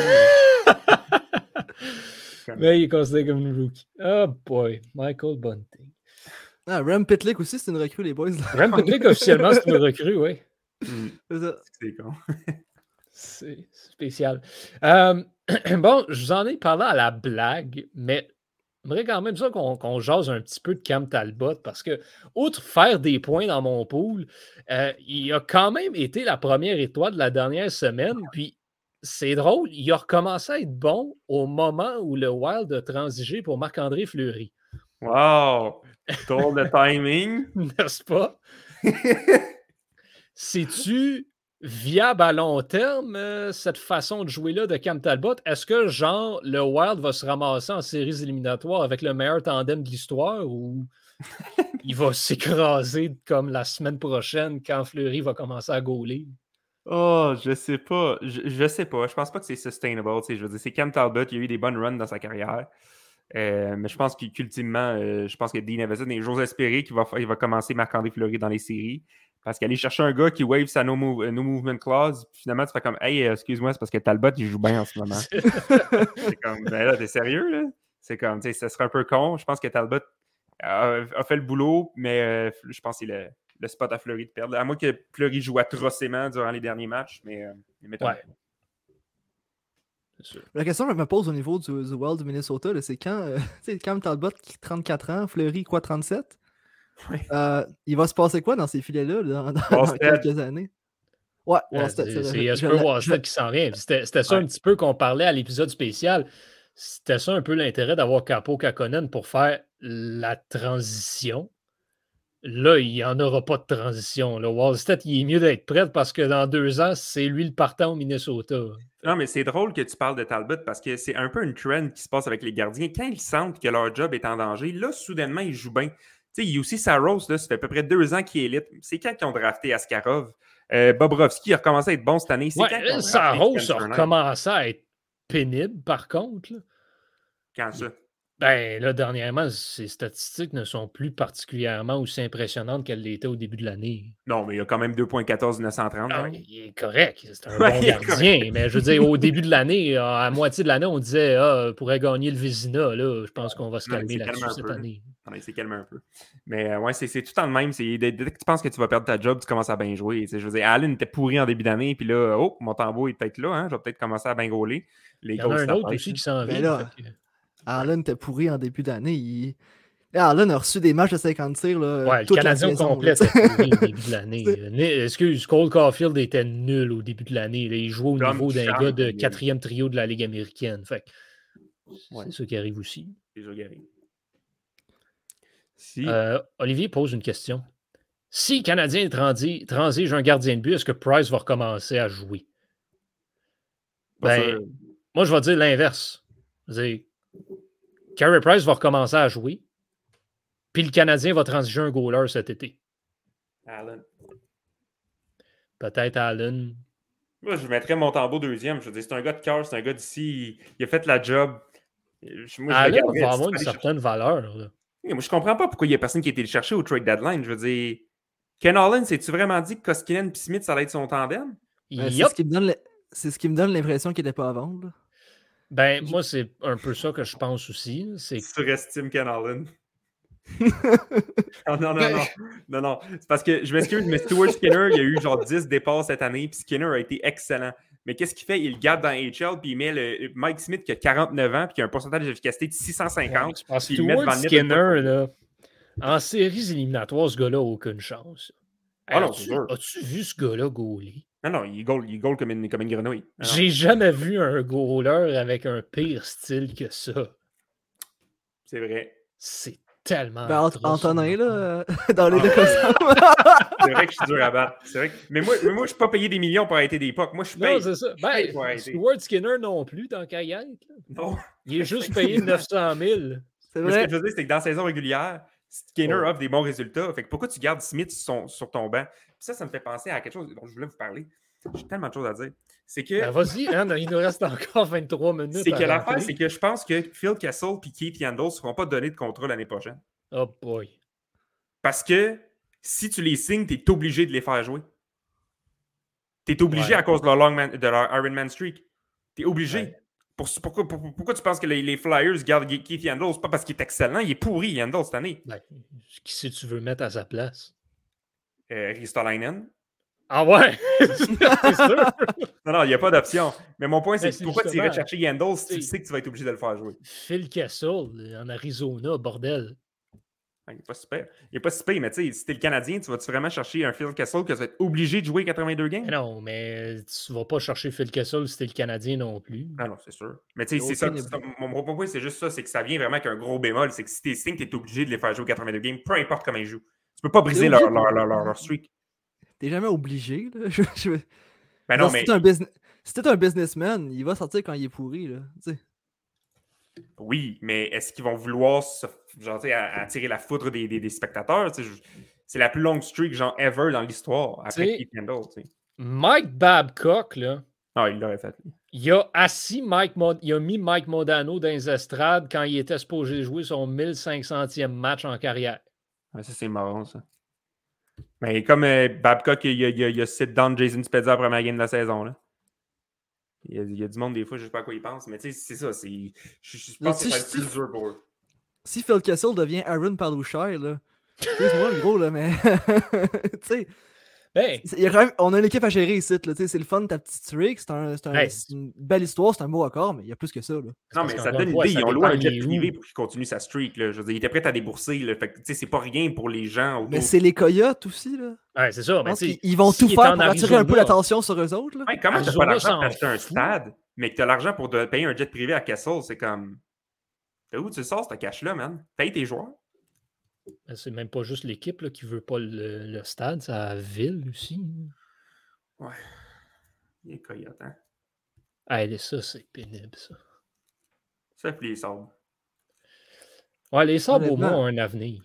Mais il est considéré comme une rookie. Oh boy, Michael Bunting. Ah, Rem Pitlick aussi, c'est une recrue, les boys. là. Rem Pitlick, officiellement, c'est une recrue, oui. Hmm, C'est ça. c'est con. C'est spécial. Euh, bon, je vous en ai parlé à la blague, mais j'aimerais quand même ça qu'on qu'on jase un petit peu de Cam Talbot parce que, outre faire des points dans mon pool, euh, il a quand même été la première étoile de la dernière semaine. Puis, c'est drôle, il a recommencé à être bon au moment où le Wild a transigé pour Marc-André Fleury. Wow! Tour de timing. N'est-ce pas? C'est-tu viable à long terme, euh, cette façon de jouer-là de Cam Talbot? Est-ce que, genre, le Wild va se ramasser en séries éliminatoires avec le meilleur tandem de l'histoire ou il va s'écraser comme la semaine prochaine quand Fleury va commencer à gauler? Oh, je sais pas. Je, je sais pas. Je pense pas que c'est sustainable. tu sais, Je veux dire, c'est Cam Talbot. Il a eu des bonnes runs dans sa carrière. Euh, mais je pense qu'u- qu'ultimement, euh, je pense que Dean Evason et j'ose espérer qu'il va, fa- il va commencer Marc-André Fleury dans les séries. Parce qu'aller chercher un gars qui wave sa no, move, euh, no movement clause, puis finalement, tu fais comme Hey, euh, excuse-moi, c'est parce que Talbot, il joue bien en ce moment. C'est comme, ben là, t'es sérieux, là? C'est comme, tu sais, ça serait un peu con. Je pense que Talbot a, a fait le boulot, mais euh, je pense que c'est le, le spot à Fleury de perdre. À moins que Fleury joue atrocement durant les derniers matchs, mais euh, il m'étonne. Ouais. C'est sûr. La question que je me pose au niveau du, du Wild du Minnesota, là, c'est quand, euh, tu sais, Cam Talbot, qui a trente-quatre ans, Fleury, quoi, trente-sept? Ouais. Euh, il va se passer quoi dans ces filets-là dans, dans- Wallstead. dans quelques années? Ouais, Euh, Wallstead, c'est c'est c'est vrai. Je- Jesper je- Wallstead qui s'en vient. C'était c'était ça Ouais. un petit peu qu'on parlait à l'épisode spécial. C'était ça un peu l'intérêt d'avoir Capo Kakkonen pour faire la transition. là, il n'y en aura pas de transition. Là. Wallstedt, il est mieux d'être prêt parce que dans deux ans, c'est lui le partant au Minnesota. Non, mais c'est drôle que tu parles de Talbot parce que c'est un peu une trend qui se passe avec les gardiens. Quand ils sentent que leur job est en danger, là, soudainement, ils jouent bien. Tu sais, Jussi Saros, là, ça fait à peu près deux ans qu'il est élite. C'est quand qu'ils ont drafté Askarov? Euh, Bobrovski a recommencé à être bon cette année. C'est Ouais, quand qu'ils ont drafté Saros a Spencer Knight? recommencé à être pénible, par contre. Là. Quand ça? Ben, là, dernièrement, ses statistiques ne sont plus particulièrement aussi impressionnantes qu'elles l'étaient au début de l'année. Non, mais il y a quand même deux virgule quatorze neuf cent trente. Ah, hein? il est correct. C'est un Ouais, bon il est gardien. correct. Mais je veux dire, au début de l'année, à la moitié de l'année, on disait ah, pourrait gagner le Vézina. Là, je pense qu'on va se Non, mais calmer c'est là-dessus calmé un cette peu. année. Non, mais c'est calmé un peu. Mais euh, ouais, c'est, c'est tout le temps le même. C'est, dès, dès que tu penses que tu vas perdre ta job, tu commences à bien jouer. Tu sais, je veux dire, Allen était pourri en début d'année, puis là, oh, mon tambour est peut-être là. Hein, je vais peut-être commencer à bien gauler. Les Il y en a un grosses autre affaires, aussi ça. qui s'en Ben vient. là, fait que- Arlen était pourri en début d'année. Il... Arlen a reçu des matchs de cinquante tirs là, Ouais, le toute la Canadien au saison. complet là, tu était sais. pourri au début de l'année. C'est- Euh, né- Excuse, Cole Caulfield était nul au début de l'année. là. Il jouait au Dom niveau d'un Duchamp gars de était nul. quatrième trio de la Ligue américaine. Fait que Ouais. c'est ça qui arrive aussi. Déjà garé. Si. Euh, Olivier pose une question. Si le Canadien transi- transige un gardien de but, est-ce que Price va recommencer à jouer? Pas Ben, sûr. moi, je vais dire l'inverse. Je veux dire, Carey Price va recommencer à jouer, puis le Canadien va transiger un goaler cet été. Allen. Peut-être Allen. Moi, je mettrais mon tambour deuxième. Je veux dire, c'est un gars de cœur, c'est un gars d'ici. Il, il a fait la job. Je- Moi, je le Allen garderais. va Si avoir tu une peux aller certaine valeur. là. Oui, moi, je comprends pas pourquoi il n'y a personne qui a été le chercher au trade deadline. Je veux dire, Ken Holland, s'es-tu vraiment dit que Koskinen et Smith, ça allait être son tandem? Ben, c'est Yup. ce qui me donne le- c'est ce qui me donne l'impression qu'il n'était pas à vendre. là. Ben, moi, c'est un peu ça que je pense aussi. là. C'est Tu surestimes Ken Holland. non, non, non, non. Non, non. C'est parce que, je m'excuse, mais Stuart Skinner, il y a eu genre dix départs cette année, puis Skinner a été excellent. Mais qu'est-ce qu'il fait? Il le garde dans H L, puis il met le Mike Smith qui a quarante-neuf ans, puis qui a un pourcentage d'efficacité de six cent cinquante. Parce que puis il le met Stuart devant le net Skinner, une fois. là, en séries éliminatoires, ce gars-là n'a aucune chance. Ah non, as-tu, c'est sûr. as-tu vu ce gars-là gauler? Non, non, il goal, il goal comme, une, comme une grenouille. Non, non. J'ai jamais vu un goaler avec un pire style que ça. C'est vrai. C'est tellement. Ben, Ant- atroce, Antonin, ça. là, euh, dans les Ah, deux ouais. cas. C'est vrai que je suis dur à battre. C'est vrai que... mais, moi, mais moi, je ne suis pas payé des millions pour arrêter des pucks. Moi, je Non, paye. c'est ça. Je paye pour Ben, arrêter. Stuart Skinner non plus, tant qu'à y être. là. Non. Ben, Il est juste payé neuf cent mille. C'est Mais ce vrai. que je veux dire, c'est que dans la saison régulière, Skinner Ouais. offre des bons résultats. Fait que pourquoi tu gardes Smith sur, son- sur ton banc? Puis ça, ça me fait penser à quelque chose dont je voulais vous parler. J'ai tellement de choses à dire. C'est que, Ben, vas-y, hein, il nous reste encore vingt-trois minutes. c'est à que l'affaire, rentrer. c'est que je pense que Phil Kessel et Keith Yandel ne seront pas donnés de contrat l'année prochaine. Oh boy. Parce que si tu les signes, tu es obligé de les faire jouer. Tu es obligé Ouais. à cause de leur, long man- de leur Ironman streak. Tu es obligé. Ouais. Pour- pourquoi, pour- pourquoi tu penses que les, les Flyers gardent Keith Yandel? C'est pas parce qu'il est excellent, il est pourri, Yandel, cette année. Ben, qui si tu veux mettre à sa place? Euh, Ristolainen. Ah ouais! c'est sûr! Non, non, il n'y a pas d'option. Mais mon point, c'est Ben, que c'est pourquoi tu irais justement- chercher Yandel si tu c'est- sais que tu vas être obligé de le faire jouer? Phil Kessel, en Arizona, bordel. Ah, il n'est pas super. Il n'est pas super, mais tu sais, si t'es le Canadien, tu vas-tu vraiment chercher un Phil Kessel que tu vas être obligé de jouer quatre-vingt-deux games? Mais non, mais tu vas pas chercher Phil Kessel si t'es le Canadien non plus. Ah non, c'est sûr. Mais tu sais, Il y a c'est ça. aucun c'est ça. Mon, mon point, c'est juste ça, c'est que ça vient vraiment qu'un gros bémol. C'est que si t'es signes, t'es obligé de les faire jouer quatre-vingt-deux games, peu importe comment ils jouent. Tu peux pas briser leur, leur, leur, leur, leur streak. T'es jamais obligé. Là. Je- je- Ben non, Genre, mais Si t'es un, business... si t'es un businessman, il va sortir quand il est pourri. Là. tu sais. oui, mais est-ce qu'ils vont vouloir se, genre, tu sais, à- attirer la foudre des, des, des spectateurs? Tu sais, je- C'est la plus longue streak, genre, ever dans l'histoire, après T'sais- Keith Yandel, tu sais. Mike Babcock, là, Ah, il l'aurait fait. lui. il a assis Mike Mod- il a mis Mike Modano dans les estrades quand il était supposé jouer son mille cinq centième match en carrière. Ouais, ça, c'est marrant, ça. Mais comme euh, Babcock, il y a, il y a, il y a sit-down Jason Spezza à la première game de la saison, là. Il y, a, il y a du monde, des fois, je sais pas à quoi ils pensent, mais tu sais, c'est ça. c'est Je, je Là, pense que si ça va être je- plus dur pour eux. Si Phil Kessel devient Aaron Palouchère, là. Excuse-moi, le gros, là, mais. tu sais, Ben, il y a quand même... on a une équipe à gérer ici. Là. tu sais, C'est le fun, ta petite streak. C'est un... c'est un- Hey. c'est une belle histoire, c'est un beau accord, mais il y a plus que ça. Là. Non, parce mais ça qu'encore donne une une fois, idée. ça Ils ont loué un dépend jet il est privé où. pour qu'il continue sa streak. Là. Je veux dire, il était prêt à débourser. Là. Fait que, tu sais, c'est pas rien pour les gens autour. Mais c'est les Coyotes aussi. Là. ouais, c'est ça. Je Mais pense tu sais, qu'ils ils vont s'il tout est faire en pour attirer un peu Arizona, l'attention sur eux autres. Là. Ouais, comment t'as Arizona pas l'argent s'en pour acheter un fout. stade, mais que t'as l'argent pour de payer un jet privé à Kessel? C'est comme. De où tu sors ce cash-là, man? Paye tes joueurs. Ben, c'est même pas juste l'équipe là, qui veut pas le, le stade, c'est la ville aussi. Ouais. Il est coyote, hein? Ah, ça, c'est pénible, ça. Ça puis les sabres. Ouais, les sabres, au moins, Honnêtement. ont un avenir.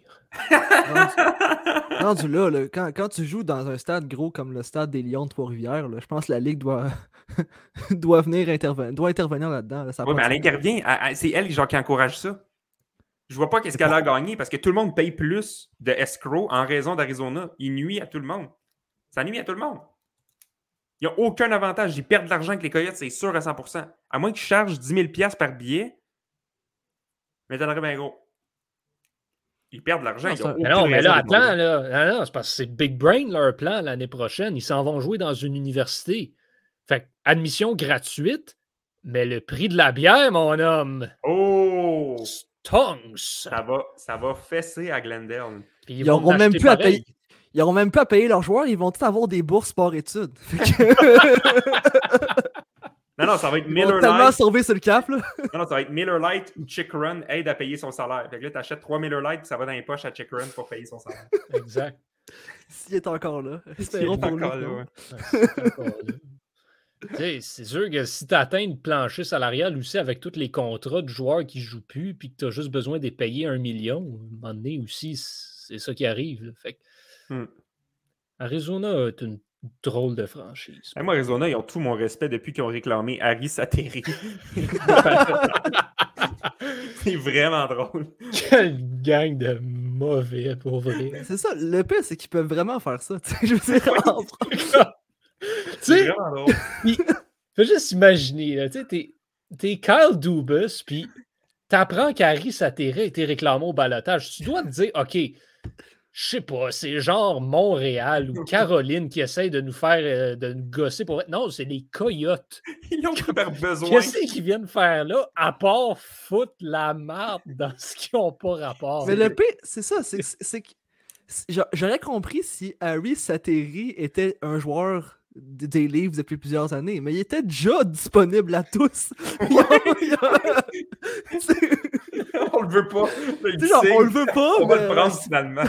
Rendu là, là, quand, quand tu joues dans un stade gros comme le stade des Lions de Trois-Rivières, là, je pense que la Ligue doit, doit venir intervenir, doit intervenir là-dedans. Là, ça a Oui, pas mais de elle sens. intervient. Elle- elle- c'est elle genre, qui encourage ça. Je vois pas qu'est-ce qu'elle a gagné parce que tout le monde paye plus de escrow en raison d'Arizona. Il nuit à tout le monde. Ça nuit à tout le monde. Il n'y a aucun avantage. Ils perdent de l'argent avec les Coyotes, c'est sûr à cent pour cent. À moins qu'ils chargent dix mille dollars par billet, mais t'en bien gros. Ils perdent de l'argent. Non, Ils c'est ont un- aucune Mais non, mais raison là, de Atlan, demander. là, non, non, c'est parce que c'est Big Brain leur plan l'année prochaine. Ils s'en vont jouer dans une université. Fait que, admission gratuite, mais le prix de la bière, mon homme, Oh! tongs. Ça va, ça va fesser à Glendale. Puis ils, Ils vont auront même l'acheter plus à pareil. payer. Ils n'auront même pas à payer leurs joueurs, ils vont tous avoir des bourses sport-études. Fait que- Non, non, ça va être Ils vont Miller tellement Lite. sauver sur le cap. Là. Non, non, ça va être Miller Lite ou Chick Run aide à payer son salaire. Fait que là, t'achètes trois Miller Lite puis ça va dans les poches à Chick Run pour payer son salaire. Exact. S'il est encore là. Il Espérons est pour lui. encore là, non? ouais. Ouais, c'est encore là. Tu sais, c'est sûr que si tu atteins le plancher salarial aussi avec tous les contrats de joueurs qui ne jouent plus puis que tu as juste besoin de les payer un million, à un moment donné aussi, c'est ça qui arrive. Là. Fait que Hmm. Arizona est une drôle de franchise. Hey, moi, Arizona, ils ont tout mon respect depuis qu'ils ont réclamé Harry Sateri. C'est vraiment drôle. Quelle gang de mauvais, pour vrai. C'est ça, le pire, c'est qu'ils peuvent vraiment faire ça. tu sais, Je veux dire, en- Tu C'est sais, vraiment drôle. puis, fais juste imaginer, là, tu sais, t'es, t'es Kyle Dubas, puis t'apprends qu'Harry Sateri a été réclamé au balotage. Tu dois te dire, OK, je sais pas, c'est genre Montréal ou Caroline qui essaye de nous faire, euh, de nous gosser pour... Non, c'est les Coyotes. Ils ont super besoin. Qu'est-ce qu'ils viennent faire là, à part foutre la merde dans ce qui n'ont pas rapport? Mais le pire, c'est ça, c'est c'est- c'est que c'est- j'a- j'aurais compris si Harry Sateri était un joueur d- des livres depuis plusieurs années, mais il était déjà disponible à tous. Il y a- il y a- c'est- On le veut pas. Là, il tu sais, genre, signe. on le veut pas, On va mais- le prendre finalement.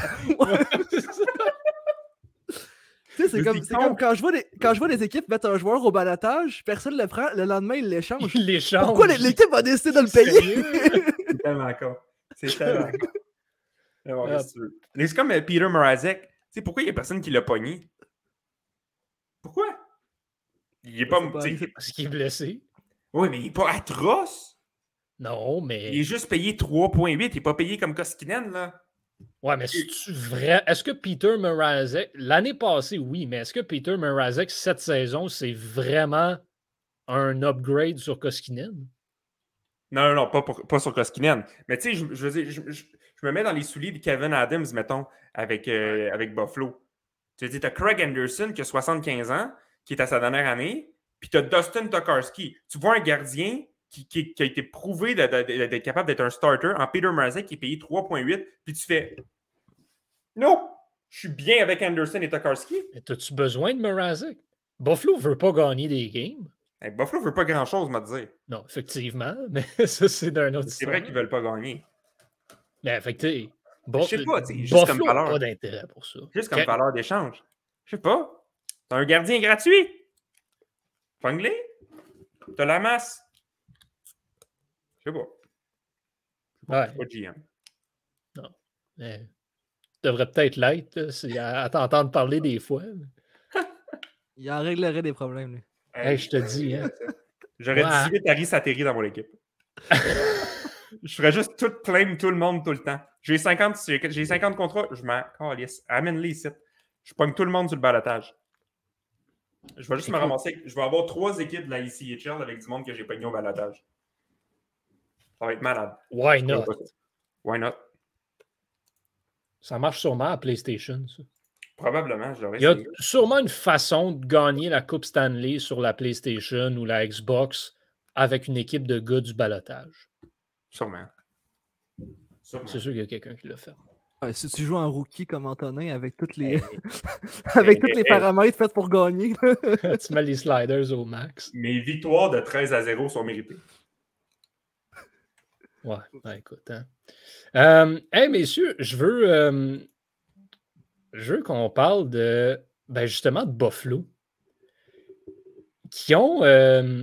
Tu sais, c'est Mais comme, c'est c'est con. comme quand je vois des, quand je vois des équipes mettre un joueur au balotage, personne le prend, le lendemain ils l'échangent. Ils l'échangent. Pourquoi l'é- l'équipe a décidé de le payer? C'est tellement con. C'est tellement con. Mais bon, Ah. qu'est-ce que tu veux? Mais c'est comme euh, Peter Mrazek. Tu sais, pourquoi il n'y a personne qui l'a pogné? Pourquoi? Il est pas. Je sais pas. tu sais, Parce qu'il est blessé. Oui, mais il est pas atroce. Non, mais... Il est juste payé trois virgule huit. Il n'est pas payé comme Koskinen, là. Ouais, mais c'est-tu vrai? Est-ce que Peter Mrazek... L'année passée, oui, mais est-ce que Peter Mrazek, cette saison, c'est vraiment un upgrade sur Koskinen? Non, non, non, pas, pour- pas sur Koskinen. Mais tu sais, je, je, veux dire, je, je- je me mets dans les souliers de Kevin Adams, mettons, avec, euh, avec Buffalo. Tu sais, t'as Craig Anderson qui a soixante-quinze ans, qui est à sa dernière année, puis t'as Dustin Tokarski. Tu vois un gardien qui, qui- qui a été prouvé de- de- de- d'être capable d'être un starter en Peter Mrazek qui est payé trois virgule huit, puis tu fais « Non, je suis bien avec Anderson et Tokarski. Mais as-tu besoin de Mrazek? Buffalo veut pas gagner des games. » Hey, Buffalo veut pas grand-chose, m'a dire. Non, effectivement, mais ça, c'est d'un autre C'est vrai qu'ils veulent pas gagner. Mais fait que, tu sais, Je sais pas, tu sais, juste Buffalo comme n'a valeur. pas d'intérêt pour ça. Juste comme Quand- valeur d'échange. Je sais pas. T'as un gardien gratuit. Pogne-les. T'as la masse. Je sais pas. Ouais, Je suis pas G M. mais devrait peut-être l'être, là, c'est à, à t'entendre parler des fois. Il en réglerait des problèmes. Lui. Hey, je te dis, hein. J'aurais Ouais. dix-huit Harry Sateri dans mon équipe. Je ferais juste tout claim tout le monde tout le temps. J'ai cinquante, j'ai cinquante contrats, je m'en calisse. Amène-les ici. Je pogne tout le monde sur le balotage. Je vais juste me Écoute. ramasser. Je vais avoir trois équipes de la I C H L avec du monde que j'ai pogné au balotage. Ça va être malade. Why not? Why not? Ça marche sûrement à PlayStation, ça. Probablement, je l'aurais Il y a essayé. sûrement une façon de gagner la Coupe Stanley sur la PlayStation ou la Xbox avec une équipe de gars du balotage. Sûrement. Sûrement. C'est sûr qu'il y a quelqu'un qui l'a fait. Ouais, si tu joues en rookie comme Antonin avec toutes les, Hey, avec hey, tous les hey. paramètres faits pour gagner. Tu mets les sliders au max. Mes victoires de treize à zéro sont méritées. Ouais, ben, écoute. Hein. Euh, hey, messieurs, je veux, euh, je veux qu'on parle de, ben, justement, de Buffalo, qui ont euh,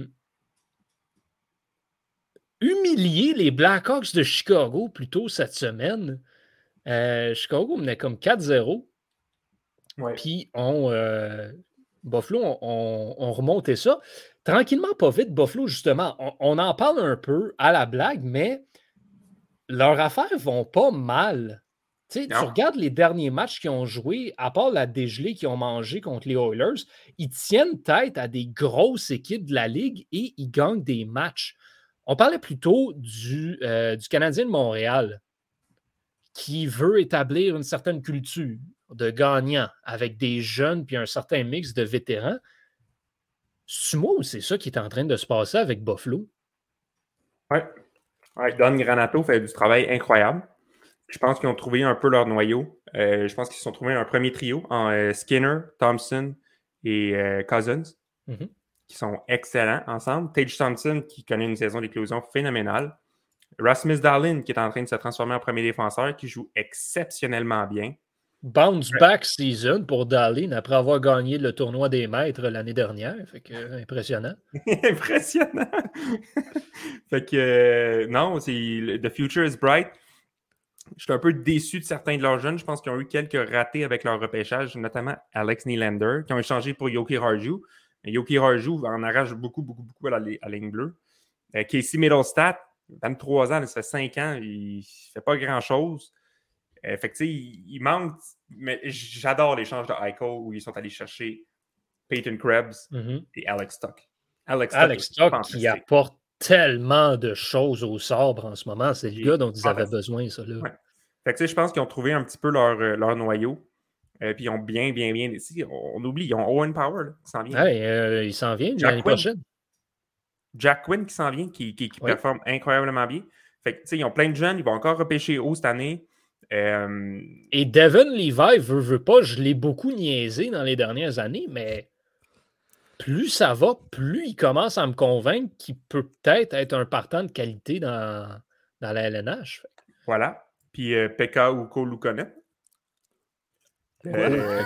humilié les Blackhawks de Chicago plus tôt cette semaine. Euh, Chicago menait comme quatre zéro. Ouais. Puis on, euh, Buffalo, on, on, on remontait ça. Tranquillement, pas vite, Buffalo, justement, on, on en parle un peu à la blague, mais leurs affaires vont pas mal. Tu sais, tu Non. regardes les derniers matchs qu'ils ont joués, à part la dégelée qu'ils ont mangé contre les Oilers, ils tiennent tête à des grosses équipes de la Ligue et ils gagnent des matchs. On parlait plutôt du, euh, du Canadien de Montréal qui veut établir une certaine culture de gagnant avec des jeunes puis un certain mix de vétérans. C'est moi ou c'est ça qui est en train de se passer avec Buffalo? Ouais. ouais. Don Granato fait du travail incroyable. Je pense qu'ils ont trouvé un peu leur noyau. Euh, je pense qu'ils se sont trouvés un premier trio en euh, Skinner, Thompson et euh, Cousins, Mm-hmm. qui sont excellents ensemble. Tage Thompson, qui connaît une saison d'éclosion phénoménale. Rasmus Dahlin, qui est en train de se transformer en premier défenseur, qui joue exceptionnellement bien. Bounce back season pour Dahlin après avoir gagné le tournoi des maîtres l'année dernière. Fait que, euh, impressionnant. Impressionnant! Fait que, euh, non, c'est The future is bright. Je suis un peu déçu de certains de leurs jeunes. Je pense qu'ils ont eu quelques ratés avec leur repêchage, notamment Alex Nylander, qui ont échangé pour Yoki Harju. Yoki Harju en arrache beaucoup, beaucoup, beaucoup à la, à la ligne bleue. Euh, Casey Middlestat, vingt-trois ans, ça fait cinq ans, il ne fait pas grand-chose. Euh, fait que, tu sais, il, il manque... Mais j'adore l'échange de Eichel où ils sont allés chercher Peyton Krebs Mm-hmm. et Alex Stock. Alex, Alex Stock, Stock qui apporte tellement de choses au sabre en ce moment. C'est le il gars dont ils fantastique. avaient besoin, ça. Là. Ouais. Fait que, tu sais, je pense qu'ils ont trouvé un petit peu leur, leur noyau. Euh, puis ils ont bien, bien, bien... On, on oublie, ils ont Owen Power là, qui s'en vient. Hey, euh, il s'en vient l'année prochaine. Jack Quinn qui s'en vient, qui, qui, qui oui. performe incroyablement bien. Fait que, tu sais, ils ont plein de jeunes, ils vont encore repêcher haut cette année. Euh... Et Devon Levi veut, veut pas, je l'ai beaucoup niaisé dans les dernières années, mais plus ça va, plus il commence à me convaincre qu'il peut peut-être être un partant de qualité dans, dans la L N H. Voilà. Puis euh, Pekka Ukko Luukkonen. Euh...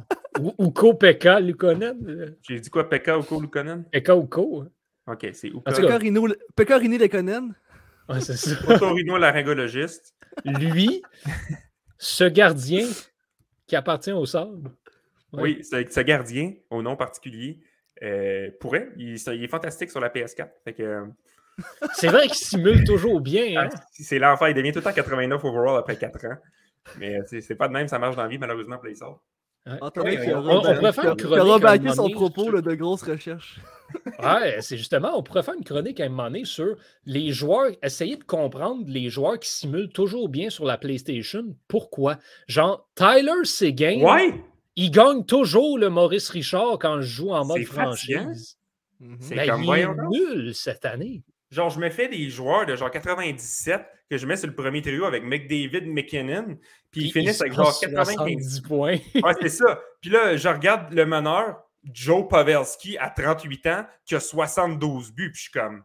Ukko Pekka Luukkonen. J'ai dit quoi, Pekka Ukko Luukkonen? Pekka Ukko. Ok, c'est Ukko. Pekka Rinne Lekonen. Ouais, c'est ça. Otorino, laryngologiste. Lui, ce gardien qui appartient au sable. Ouais. Oui, ce, ce gardien, au nom particulier, euh, pourrait. Il, il est fantastique sur la P S quatre. Fait que, euh... c'est vrai qu'il simule toujours bien. Hein? C'est l'enfer. Il devient tout le temps quatre-vingt-neuf overall après quatre ans. Mais c'est pas de même, ça marche dans la vie, malheureusement, pour les sorts. Ouais. Ouais, on, on, on pourrait faire une chronique. Il a remarqué son propos sur... là, de grosses recherches. Ouais, c'est justement, on pourrait faire une chronique à un moment donné sur les joueurs, essayer de comprendre les joueurs qui simulent toujours bien sur la PlayStation. Pourquoi? Genre, Tyler Seguin, ouais. il gagne toujours le Maurice Richard quand je joue en mode franchise. C'est ben, comme il est nul cette année. Genre, je me fais des joueurs de genre quatre-vingt-dix-sept que je mets sur le premier trio avec McDavid, McKinnon, puis ils finissent avec genre quatre-vingt-quinze points. Ouais, c'est ça. Puis là, je regarde le meneur, Joe Pavelski, à trente-huit ans, qui a soixante-douze buts, puis je suis comme,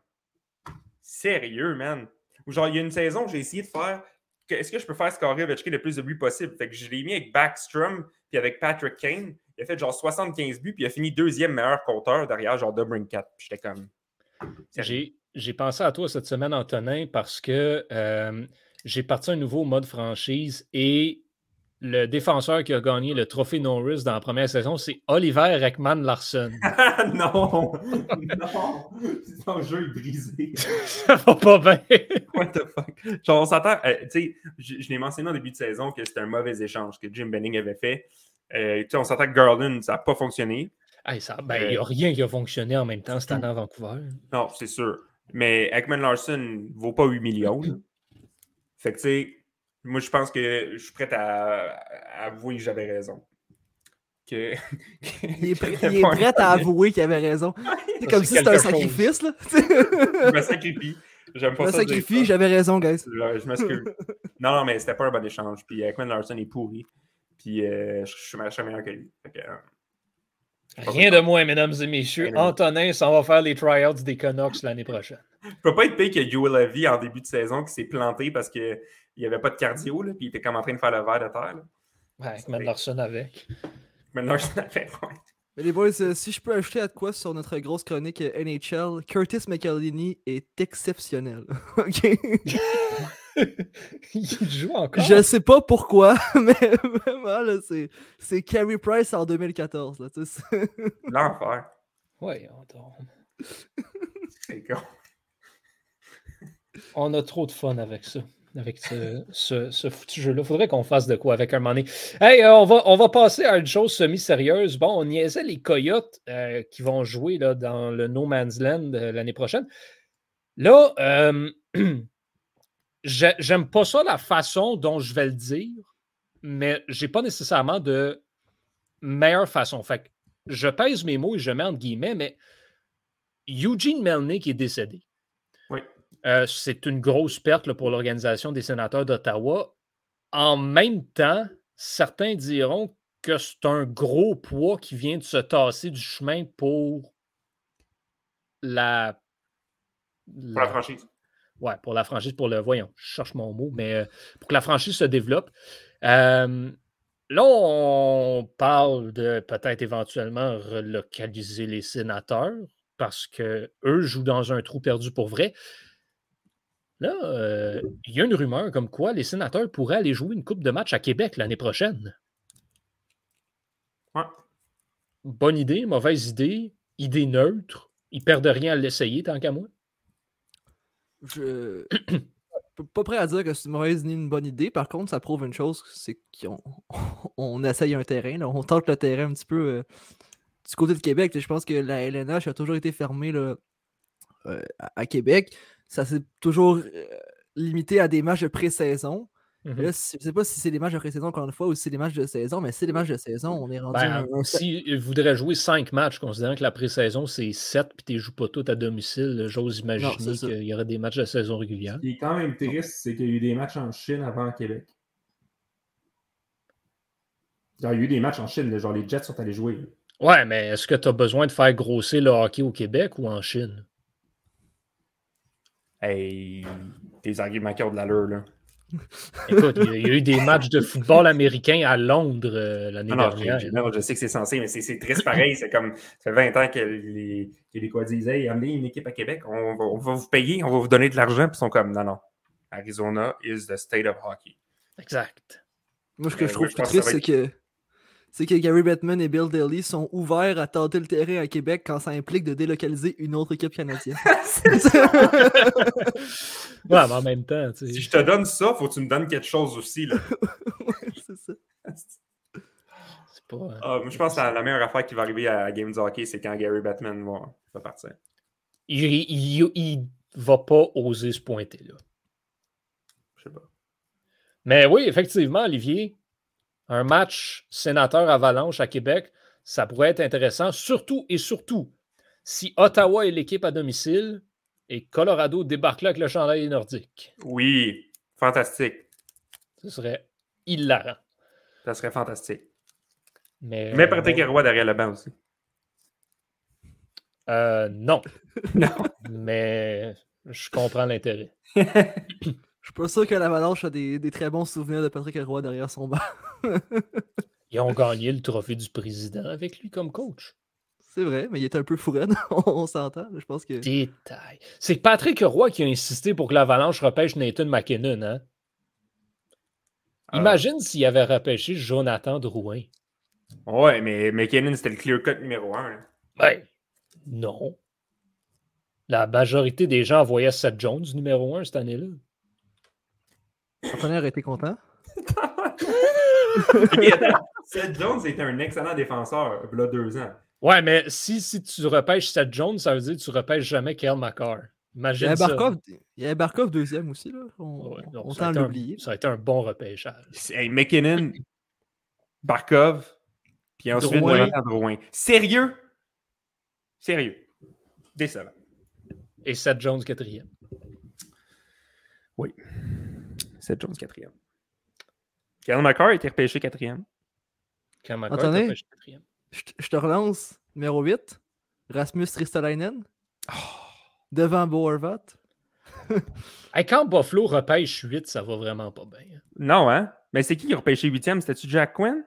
sérieux, man. Ou genre, il y a une saison, j'ai essayé de faire, est-ce que je peux faire scorer Ovechkin le plus de buts possible? Fait que je l'ai mis avec Backstrom, puis avec Patrick Kane. Il a fait genre soixante-quinze buts, puis il a fini deuxième meilleur compteur derrière genre DeBrincat. Puis j'étais comme... J'ai... J'ai pensé à toi cette semaine, Antonin, parce que euh, j'ai parti un nouveau mode franchise et le défenseur qui a gagné le trophée Norris dans la première saison, c'est Oliver Ekman-Larsson. non! Non! Ton jeu est brisé. Ça va pas bien. What the fuck? Genre, on s'entend... Euh, tu sais, je, je l'ai mentionné en début de saison que c'était un mauvais échange que Jim Benning avait fait. Euh, tu sais, on s'entend que Garland, ça n'a pas fonctionné. Hey, ça, ben, il n'y a rien qui a fonctionné en même temps cette année à Vancouver. Non, c'est sûr. Mais Ekman-Larsson ne vaut pas huit millions. Là. Fait que, tu sais, moi, je pense que je suis prêt à, à avouer que j'avais raison. Que, il est, prêt, il est prêt à avouer qu'il avait raison. C'est comme si c'était un sacrifice. Là. Je me sacrifie. J'aime pas je me ça sacrifie, j'avais raison, guys. Je, je m'excuse. Non, non, mais c'était pas un bon échange. Puis Ekman-Larsson est pourri. Puis euh, je, je suis meilleur que lui. Fait que, euh... Rien de moins, mesdames et messieurs. Rien de Antonin s'en va faire les tryouts des Canucks l'année prochaine. Je peux pas être pire que Joe Levy en début de saison qui s'est planté parce qu'il n'y avait pas de cardio, là, puis il était comme en train de faire le verre de terre. Là. Ouais, avec Manderson avec. Maintenant, je l'ai fait. Ouais. Mais les boys, euh, si je peux ajouter à de quoi sur notre grosse chronique euh, N H L, Curtis McElhinney est exceptionnel. OK? Il joue encore. Je sais pas pourquoi, mais vraiment, là, c'est, c'est Carey Price en deux mille quatorze. Là, tu sais, c'est- L'enfer. Ouais, on, on- C'est con. on a trop de fun avec ça. Avec ce, ce, ce foutu jeu-là. Faudrait qu'on fasse de quoi avec un moment donné. Hey, euh, on, va, on va passer à une chose semi-sérieuse. Bon, on niaisait les Coyotes euh, qui vont jouer là, dans le No Man's Land euh, l'année prochaine. Là, euh, j'ai- j'aime pas ça la façon dont je vais le dire, mais j'ai pas nécessairement de meilleure façon. Fait que je pèse mes mots et je mets entre guillemets, mais Eugene Melnyk est décédé. Oui. Euh, c'est une grosse perte là, pour l'Organisation des sénateurs d'Ottawa. En même temps, certains diront que c'est un gros poids qui vient de se tasser du chemin pour la... Pour la franchise. Ouais, pour la franchise, pour le... Voyons, je cherche mon mot, mais euh, pour que la franchise se développe. Euh, là, on parle de peut-être éventuellement relocaliser les sénateurs parce qu'eux jouent dans un trou perdu pour vrai. Là, euh, il y a une rumeur comme quoi les sénateurs pourraient aller jouer une coupe de match à Québec l'année prochaine. Ouais. Bonne idée, mauvaise idée, idée neutre. Ils perdent rien à l'essayer tant qu'à moi. je suis pas prêt à dire que c'est une mauvaise ni une bonne idée. Par contre, ça prouve une chose, c'est qu'on on essaye un terrain. Là. On tente le terrain un petit peu euh, du côté de Québec. Je pense que la L N H a toujours été fermée là, euh, à, à Québec. Ça s'est toujours euh, limité à des matchs de pré-saison. Mm-hmm. Là, je ne sais pas si c'est des matchs de pré-saison encore une fois ou si c'est des matchs de saison, mais si c'est des matchs de saison, on est rendu Ben, un, un... S'ils voudraient jouer cinq matchs, considérant que la pré-saison c'est sept puis tu ne joues pas tout à domicile, j'ose imaginer qu'il y aurait des matchs de saison régulière. Ce qui est quand même triste, c'est qu'il y a eu des matchs en Chine avant Québec. Il y a eu des matchs en Chine, là, genre les Jets sont allés jouer. Là. Ouais, mais est-ce que tu as besoin de faire grosser le hockey au Québec ou en Chine? Hey, des arguments qui ont de l'allure, là. Écoute, il y a eu des matchs de football américain à Londres euh, l'année non, non, dernière. je, non, je sais que c'est censé, mais c'est, c'est triste pareil. C'est comme, ça fait vingt ans que les Québécois disent « Hey, amenez une équipe à Québec, on va, on va vous payer, on va vous donner de l'argent. » Puis ils sont comme « Non, non, Arizona is the state of hockey. » Exact. Moi, ce que Euh, je trouve oui, je plus pense que triste, ça va c'est que c'est que Gary Bettman et Bill Daly sont ouverts à tenter le terrain à Québec quand ça implique de délocaliser une autre équipe canadienne. C'est ça. Ouais, mais en même temps, tu sais. Si je te donne ça, faut que tu me donnes quelque chose aussi. Là. Ouais, c'est ça. C'est pas, euh, Ah, moi, je pense que la, la meilleure affaire qui va arriver à Games of Hockey, c'est quand Gary Bettman va, va partir. il, il, il va pas oser se pointer là. Je sais pas. Mais oui, effectivement, Olivier, un match sénateur-avalanche à Québec, ça pourrait être intéressant, surtout et surtout si Ottawa est l'équipe à domicile et Colorado débarque là avec le chandail nordique. Oui, fantastique. Ce serait hilarant. Ça serait fantastique. Mais, Mais Patrick euh, Roy derrière le banc aussi. euh, non. Non. Mais je comprends l'intérêt. Je suis pas sûr que l'Avalanche a des, des très bons souvenirs de Patrick Roy derrière son banc. Ils ont gagné le trophée du président avec lui comme coach. C'est vrai, mais il était un peu fourraine, on, on s'entend. Je pense que. Détail. C'est Patrick Roy qui a insisté pour que l'Avalanche repêche Nathan McKinnon, hein? Euh, Imagine s'il avait repêché Jonathan Drouin. Ouais, mais McKinnon, c'était le clear-cut numéro un. Là. Ben, non. La majorité des gens voyaient Seth Jones numéro un cette année-là. Antonin aurait été content. Seth Jones était un excellent défenseur, il y a deux ans. Ouais, mais si, si tu repêches Seth Jones, ça veut dire que tu repêches jamais Kyle McCarr. Il y Imagine avait ça. Barkov, il y avait Barkov deuxième aussi. Là. On, Ouais, non, on ça, a tend été à un, l'oublier. ça a été un bon repêchage. Hey, McKinnon, Barkov, puis ensuite Drouin. Jonathan Drouin. Sérieux? Sérieux. Décevant. Et Seth Jones quatrième. Oui. Seth Jones quatrième. Kyle McCarr a été repêché quatrième. Kyle McCarr Antonin? repêché quatrième. Je te- je te relance. Numéro huit, Rasmus Ristolainen. Devant Bo Horvat. Hey, quand Buffalo repêche huit, ça va vraiment pas bien. Non, hein? Mais c'est qui qui a repêché huitième? C'était-tu Jack Quinn?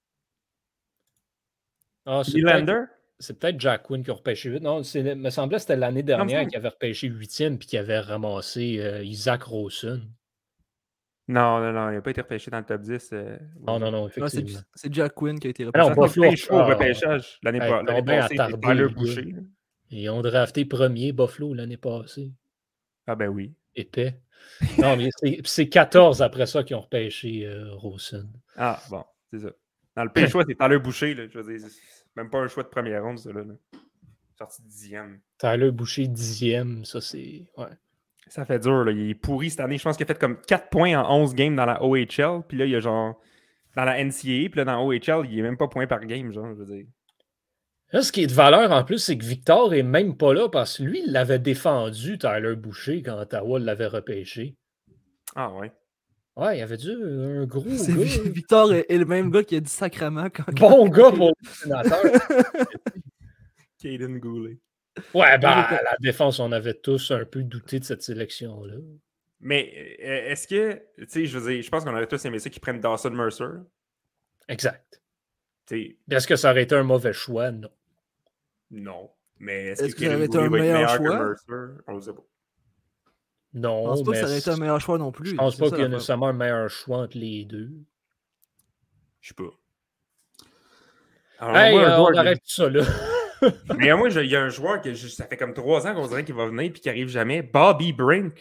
Ah, c'est peut-être Nylander? c'est peut-être Jack Quinn qui a repêché huit. Non, c'est- me semblait que c'était l'année Non, dernière mais- qu'il avait repêché huitième puis qu'il avait ramassé euh, Isaac Rawson. Non, non, non, il n'a pas été repêché dans le top dix. euh, Non, non, non, Ouais, c'est effectivement. c'est Jack Quinn qui a été Ah non, repêché. Buffalo- Buffalo choix au ah, repêchage l'année hey, pa- l'année tombé passée. attardé, C'était Tyler le gars. Boucher. là. Ils ont drafté premier Buffalo l'année passée. Ah ben oui. Épais. Non, mais c'est- c'est quatorze après ça qui ont repêché euh, Rawson. Ah, bon, c'est ça. Dans le pire choix, c'est Tyler Boucher. Là, je veux dire, c'est même pas un choix de première ronde, ça. Là, là. Sorti dixième. Tyler Boucher, dixième, ça c'est. Ouais. Ça fait dur. Là. Il est pourri cette année. Je pense qu'il a fait comme quatre points en onze games dans la O H L. Puis là, il y a genre. Dans la N C A A. Puis là, dans la O H L, il est même pas point par game, genre, je veux dire. Là, ce qui est de valeur en plus, c'est que Victor est même pas là parce que lui, il l'avait défendu, Tyler Boucher, quand Ottawa l'avait repêché. Ah ouais. Ouais, il avait dû un gros C'est gars. Vi- Victor est, est le même gars qui a dit sacrament quand. Bon gars pour le sénateur. Caden Goulet. Ouais, ben, à la défense, on avait tous un peu douté de cette sélection-là. Mais euh, est-ce que, tu sais, je veux dire, je pense qu'on aurait tous aimé ça qu'ils prennent Dawson Mercer. Exact. Tu sais, Est-ce que ça aurait été un mauvais choix? Non. non. Mais est-ce, Est-ce que, que ça Caden aurait été Goulet un va être meilleur meilleur choix? que Mercer? On le sait pas. Non, Je pense pas mais que ça aurait été un meilleur choix non plus. je pense c'est pas ça, qu'il y a l'affaire. nécessairement un meilleur choix entre les deux. Je sais pas. Alors, Hey, moi, un euh, joueur on que- arrête tout ça là. Mais moi, je- il y a un joueur que je- ça fait comme trois ans qu'on dirait qu'il va venir et qu'il arrive jamais. Bobby Brink.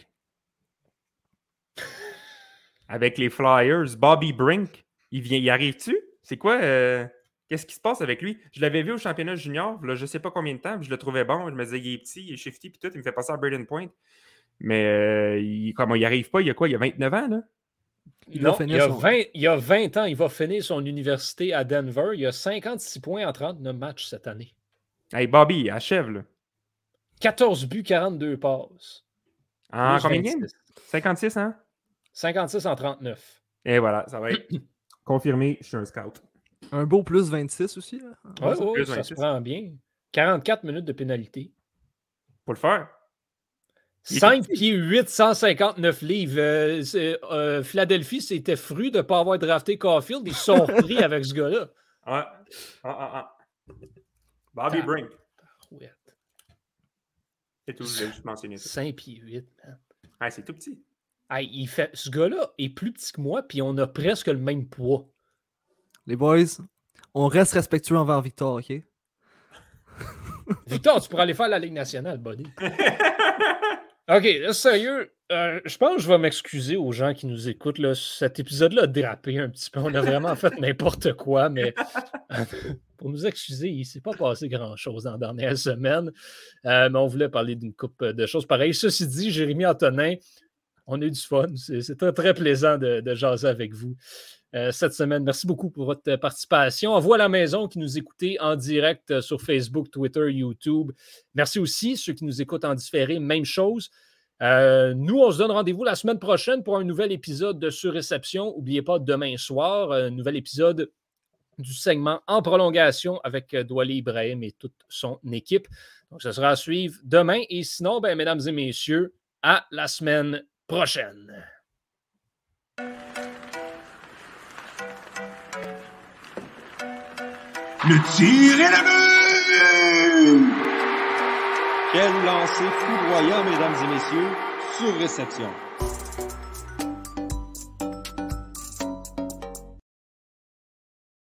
Avec les Flyers. Bobby Brink. Il vient, il arrive-tu? C'est quoi? euh, Qu'est-ce qui se passe avec lui? Je l'avais vu au championnat junior, là, je sais pas combien de temps, puis je le trouvais bon. Je me disais, il est petit, il est shifty, puis tout, il me fait passer à Braden Point. Mais euh, il, comment il arrive pas? Il y a quoi? Il y a vingt-neuf ans, là? Il va Non, finir il, y a son- vingt, il y a vingt ans, il va finir son université à Denver. Il a cinquante-six points en trente-neuf matchs cette année. Hey, Bobby, il achève, là. quatorze buts, quarante-deux passes. En Plus combien de games? vingt-six. cinquante-six, hein? cinquante-six en trente-neuf. Et voilà, ça va être confirmé, je suis un scout. Un beau plus vingt-six aussi. Là. Oui, c'est oui, plus ça vingt-six. se prend bien. quarante-quatre minutes de pénalité. Faut le faire. Il est cinq petit. pieds huit, cent cinquanteneuf livres. Euh, c'est- euh, Philadelphie s'était fru de ne pas avoir drafté Caulfield. Ils se sont repris avec ce gars-là. Ouais. Ah, ah, ah. Bobby Ah. Brink. Ouais. C'est tout, je voulais juste mentionner ça. cinq pieds huit, man. Ah, c'est tout petit. Hey, il fait... Ce gars-là est plus petit que moi, puis on a presque le même poids. Les boys, on reste respectueux envers Victor, OK? Victor, tu pourrais aller faire la Ligue nationale, buddy. OK, là, sérieux, euh, je pense que je vais m'excuser aux gens qui nous écoutent. Là. Cet épisode-là a dérapé un petit peu. On a vraiment fait n'importe quoi, mais pour nous excuser, il ne s'est pas passé grand-chose dans la dernière semaine. Euh, mais on voulait parler d'une couple de choses pareilles. Ceci dit, Jérémy Antonin, on a eu du fun. C'est, c'est très, très plaisant de, de jaser avec vous euh, cette semaine. Merci beaucoup pour votre participation. À vous à la maison qui nous écoutez en direct sur Facebook, Twitter, YouTube. Merci aussi ceux qui nous écoutent en différé. Même chose. Euh, nous, on se donne rendez-vous la semaine prochaine pour un nouvel épisode de Surréception. N'oubliez pas, demain soir, un nouvel épisode du segment en prolongation avec Douali Ibrahim et toute son équipe. Donc, ce sera à suivre demain. Et sinon, ben, mesdames et messieurs, à la semaine prochaine. Le tir est le but! Quel lancer foudroyant, mesdames et messieurs, sur réception.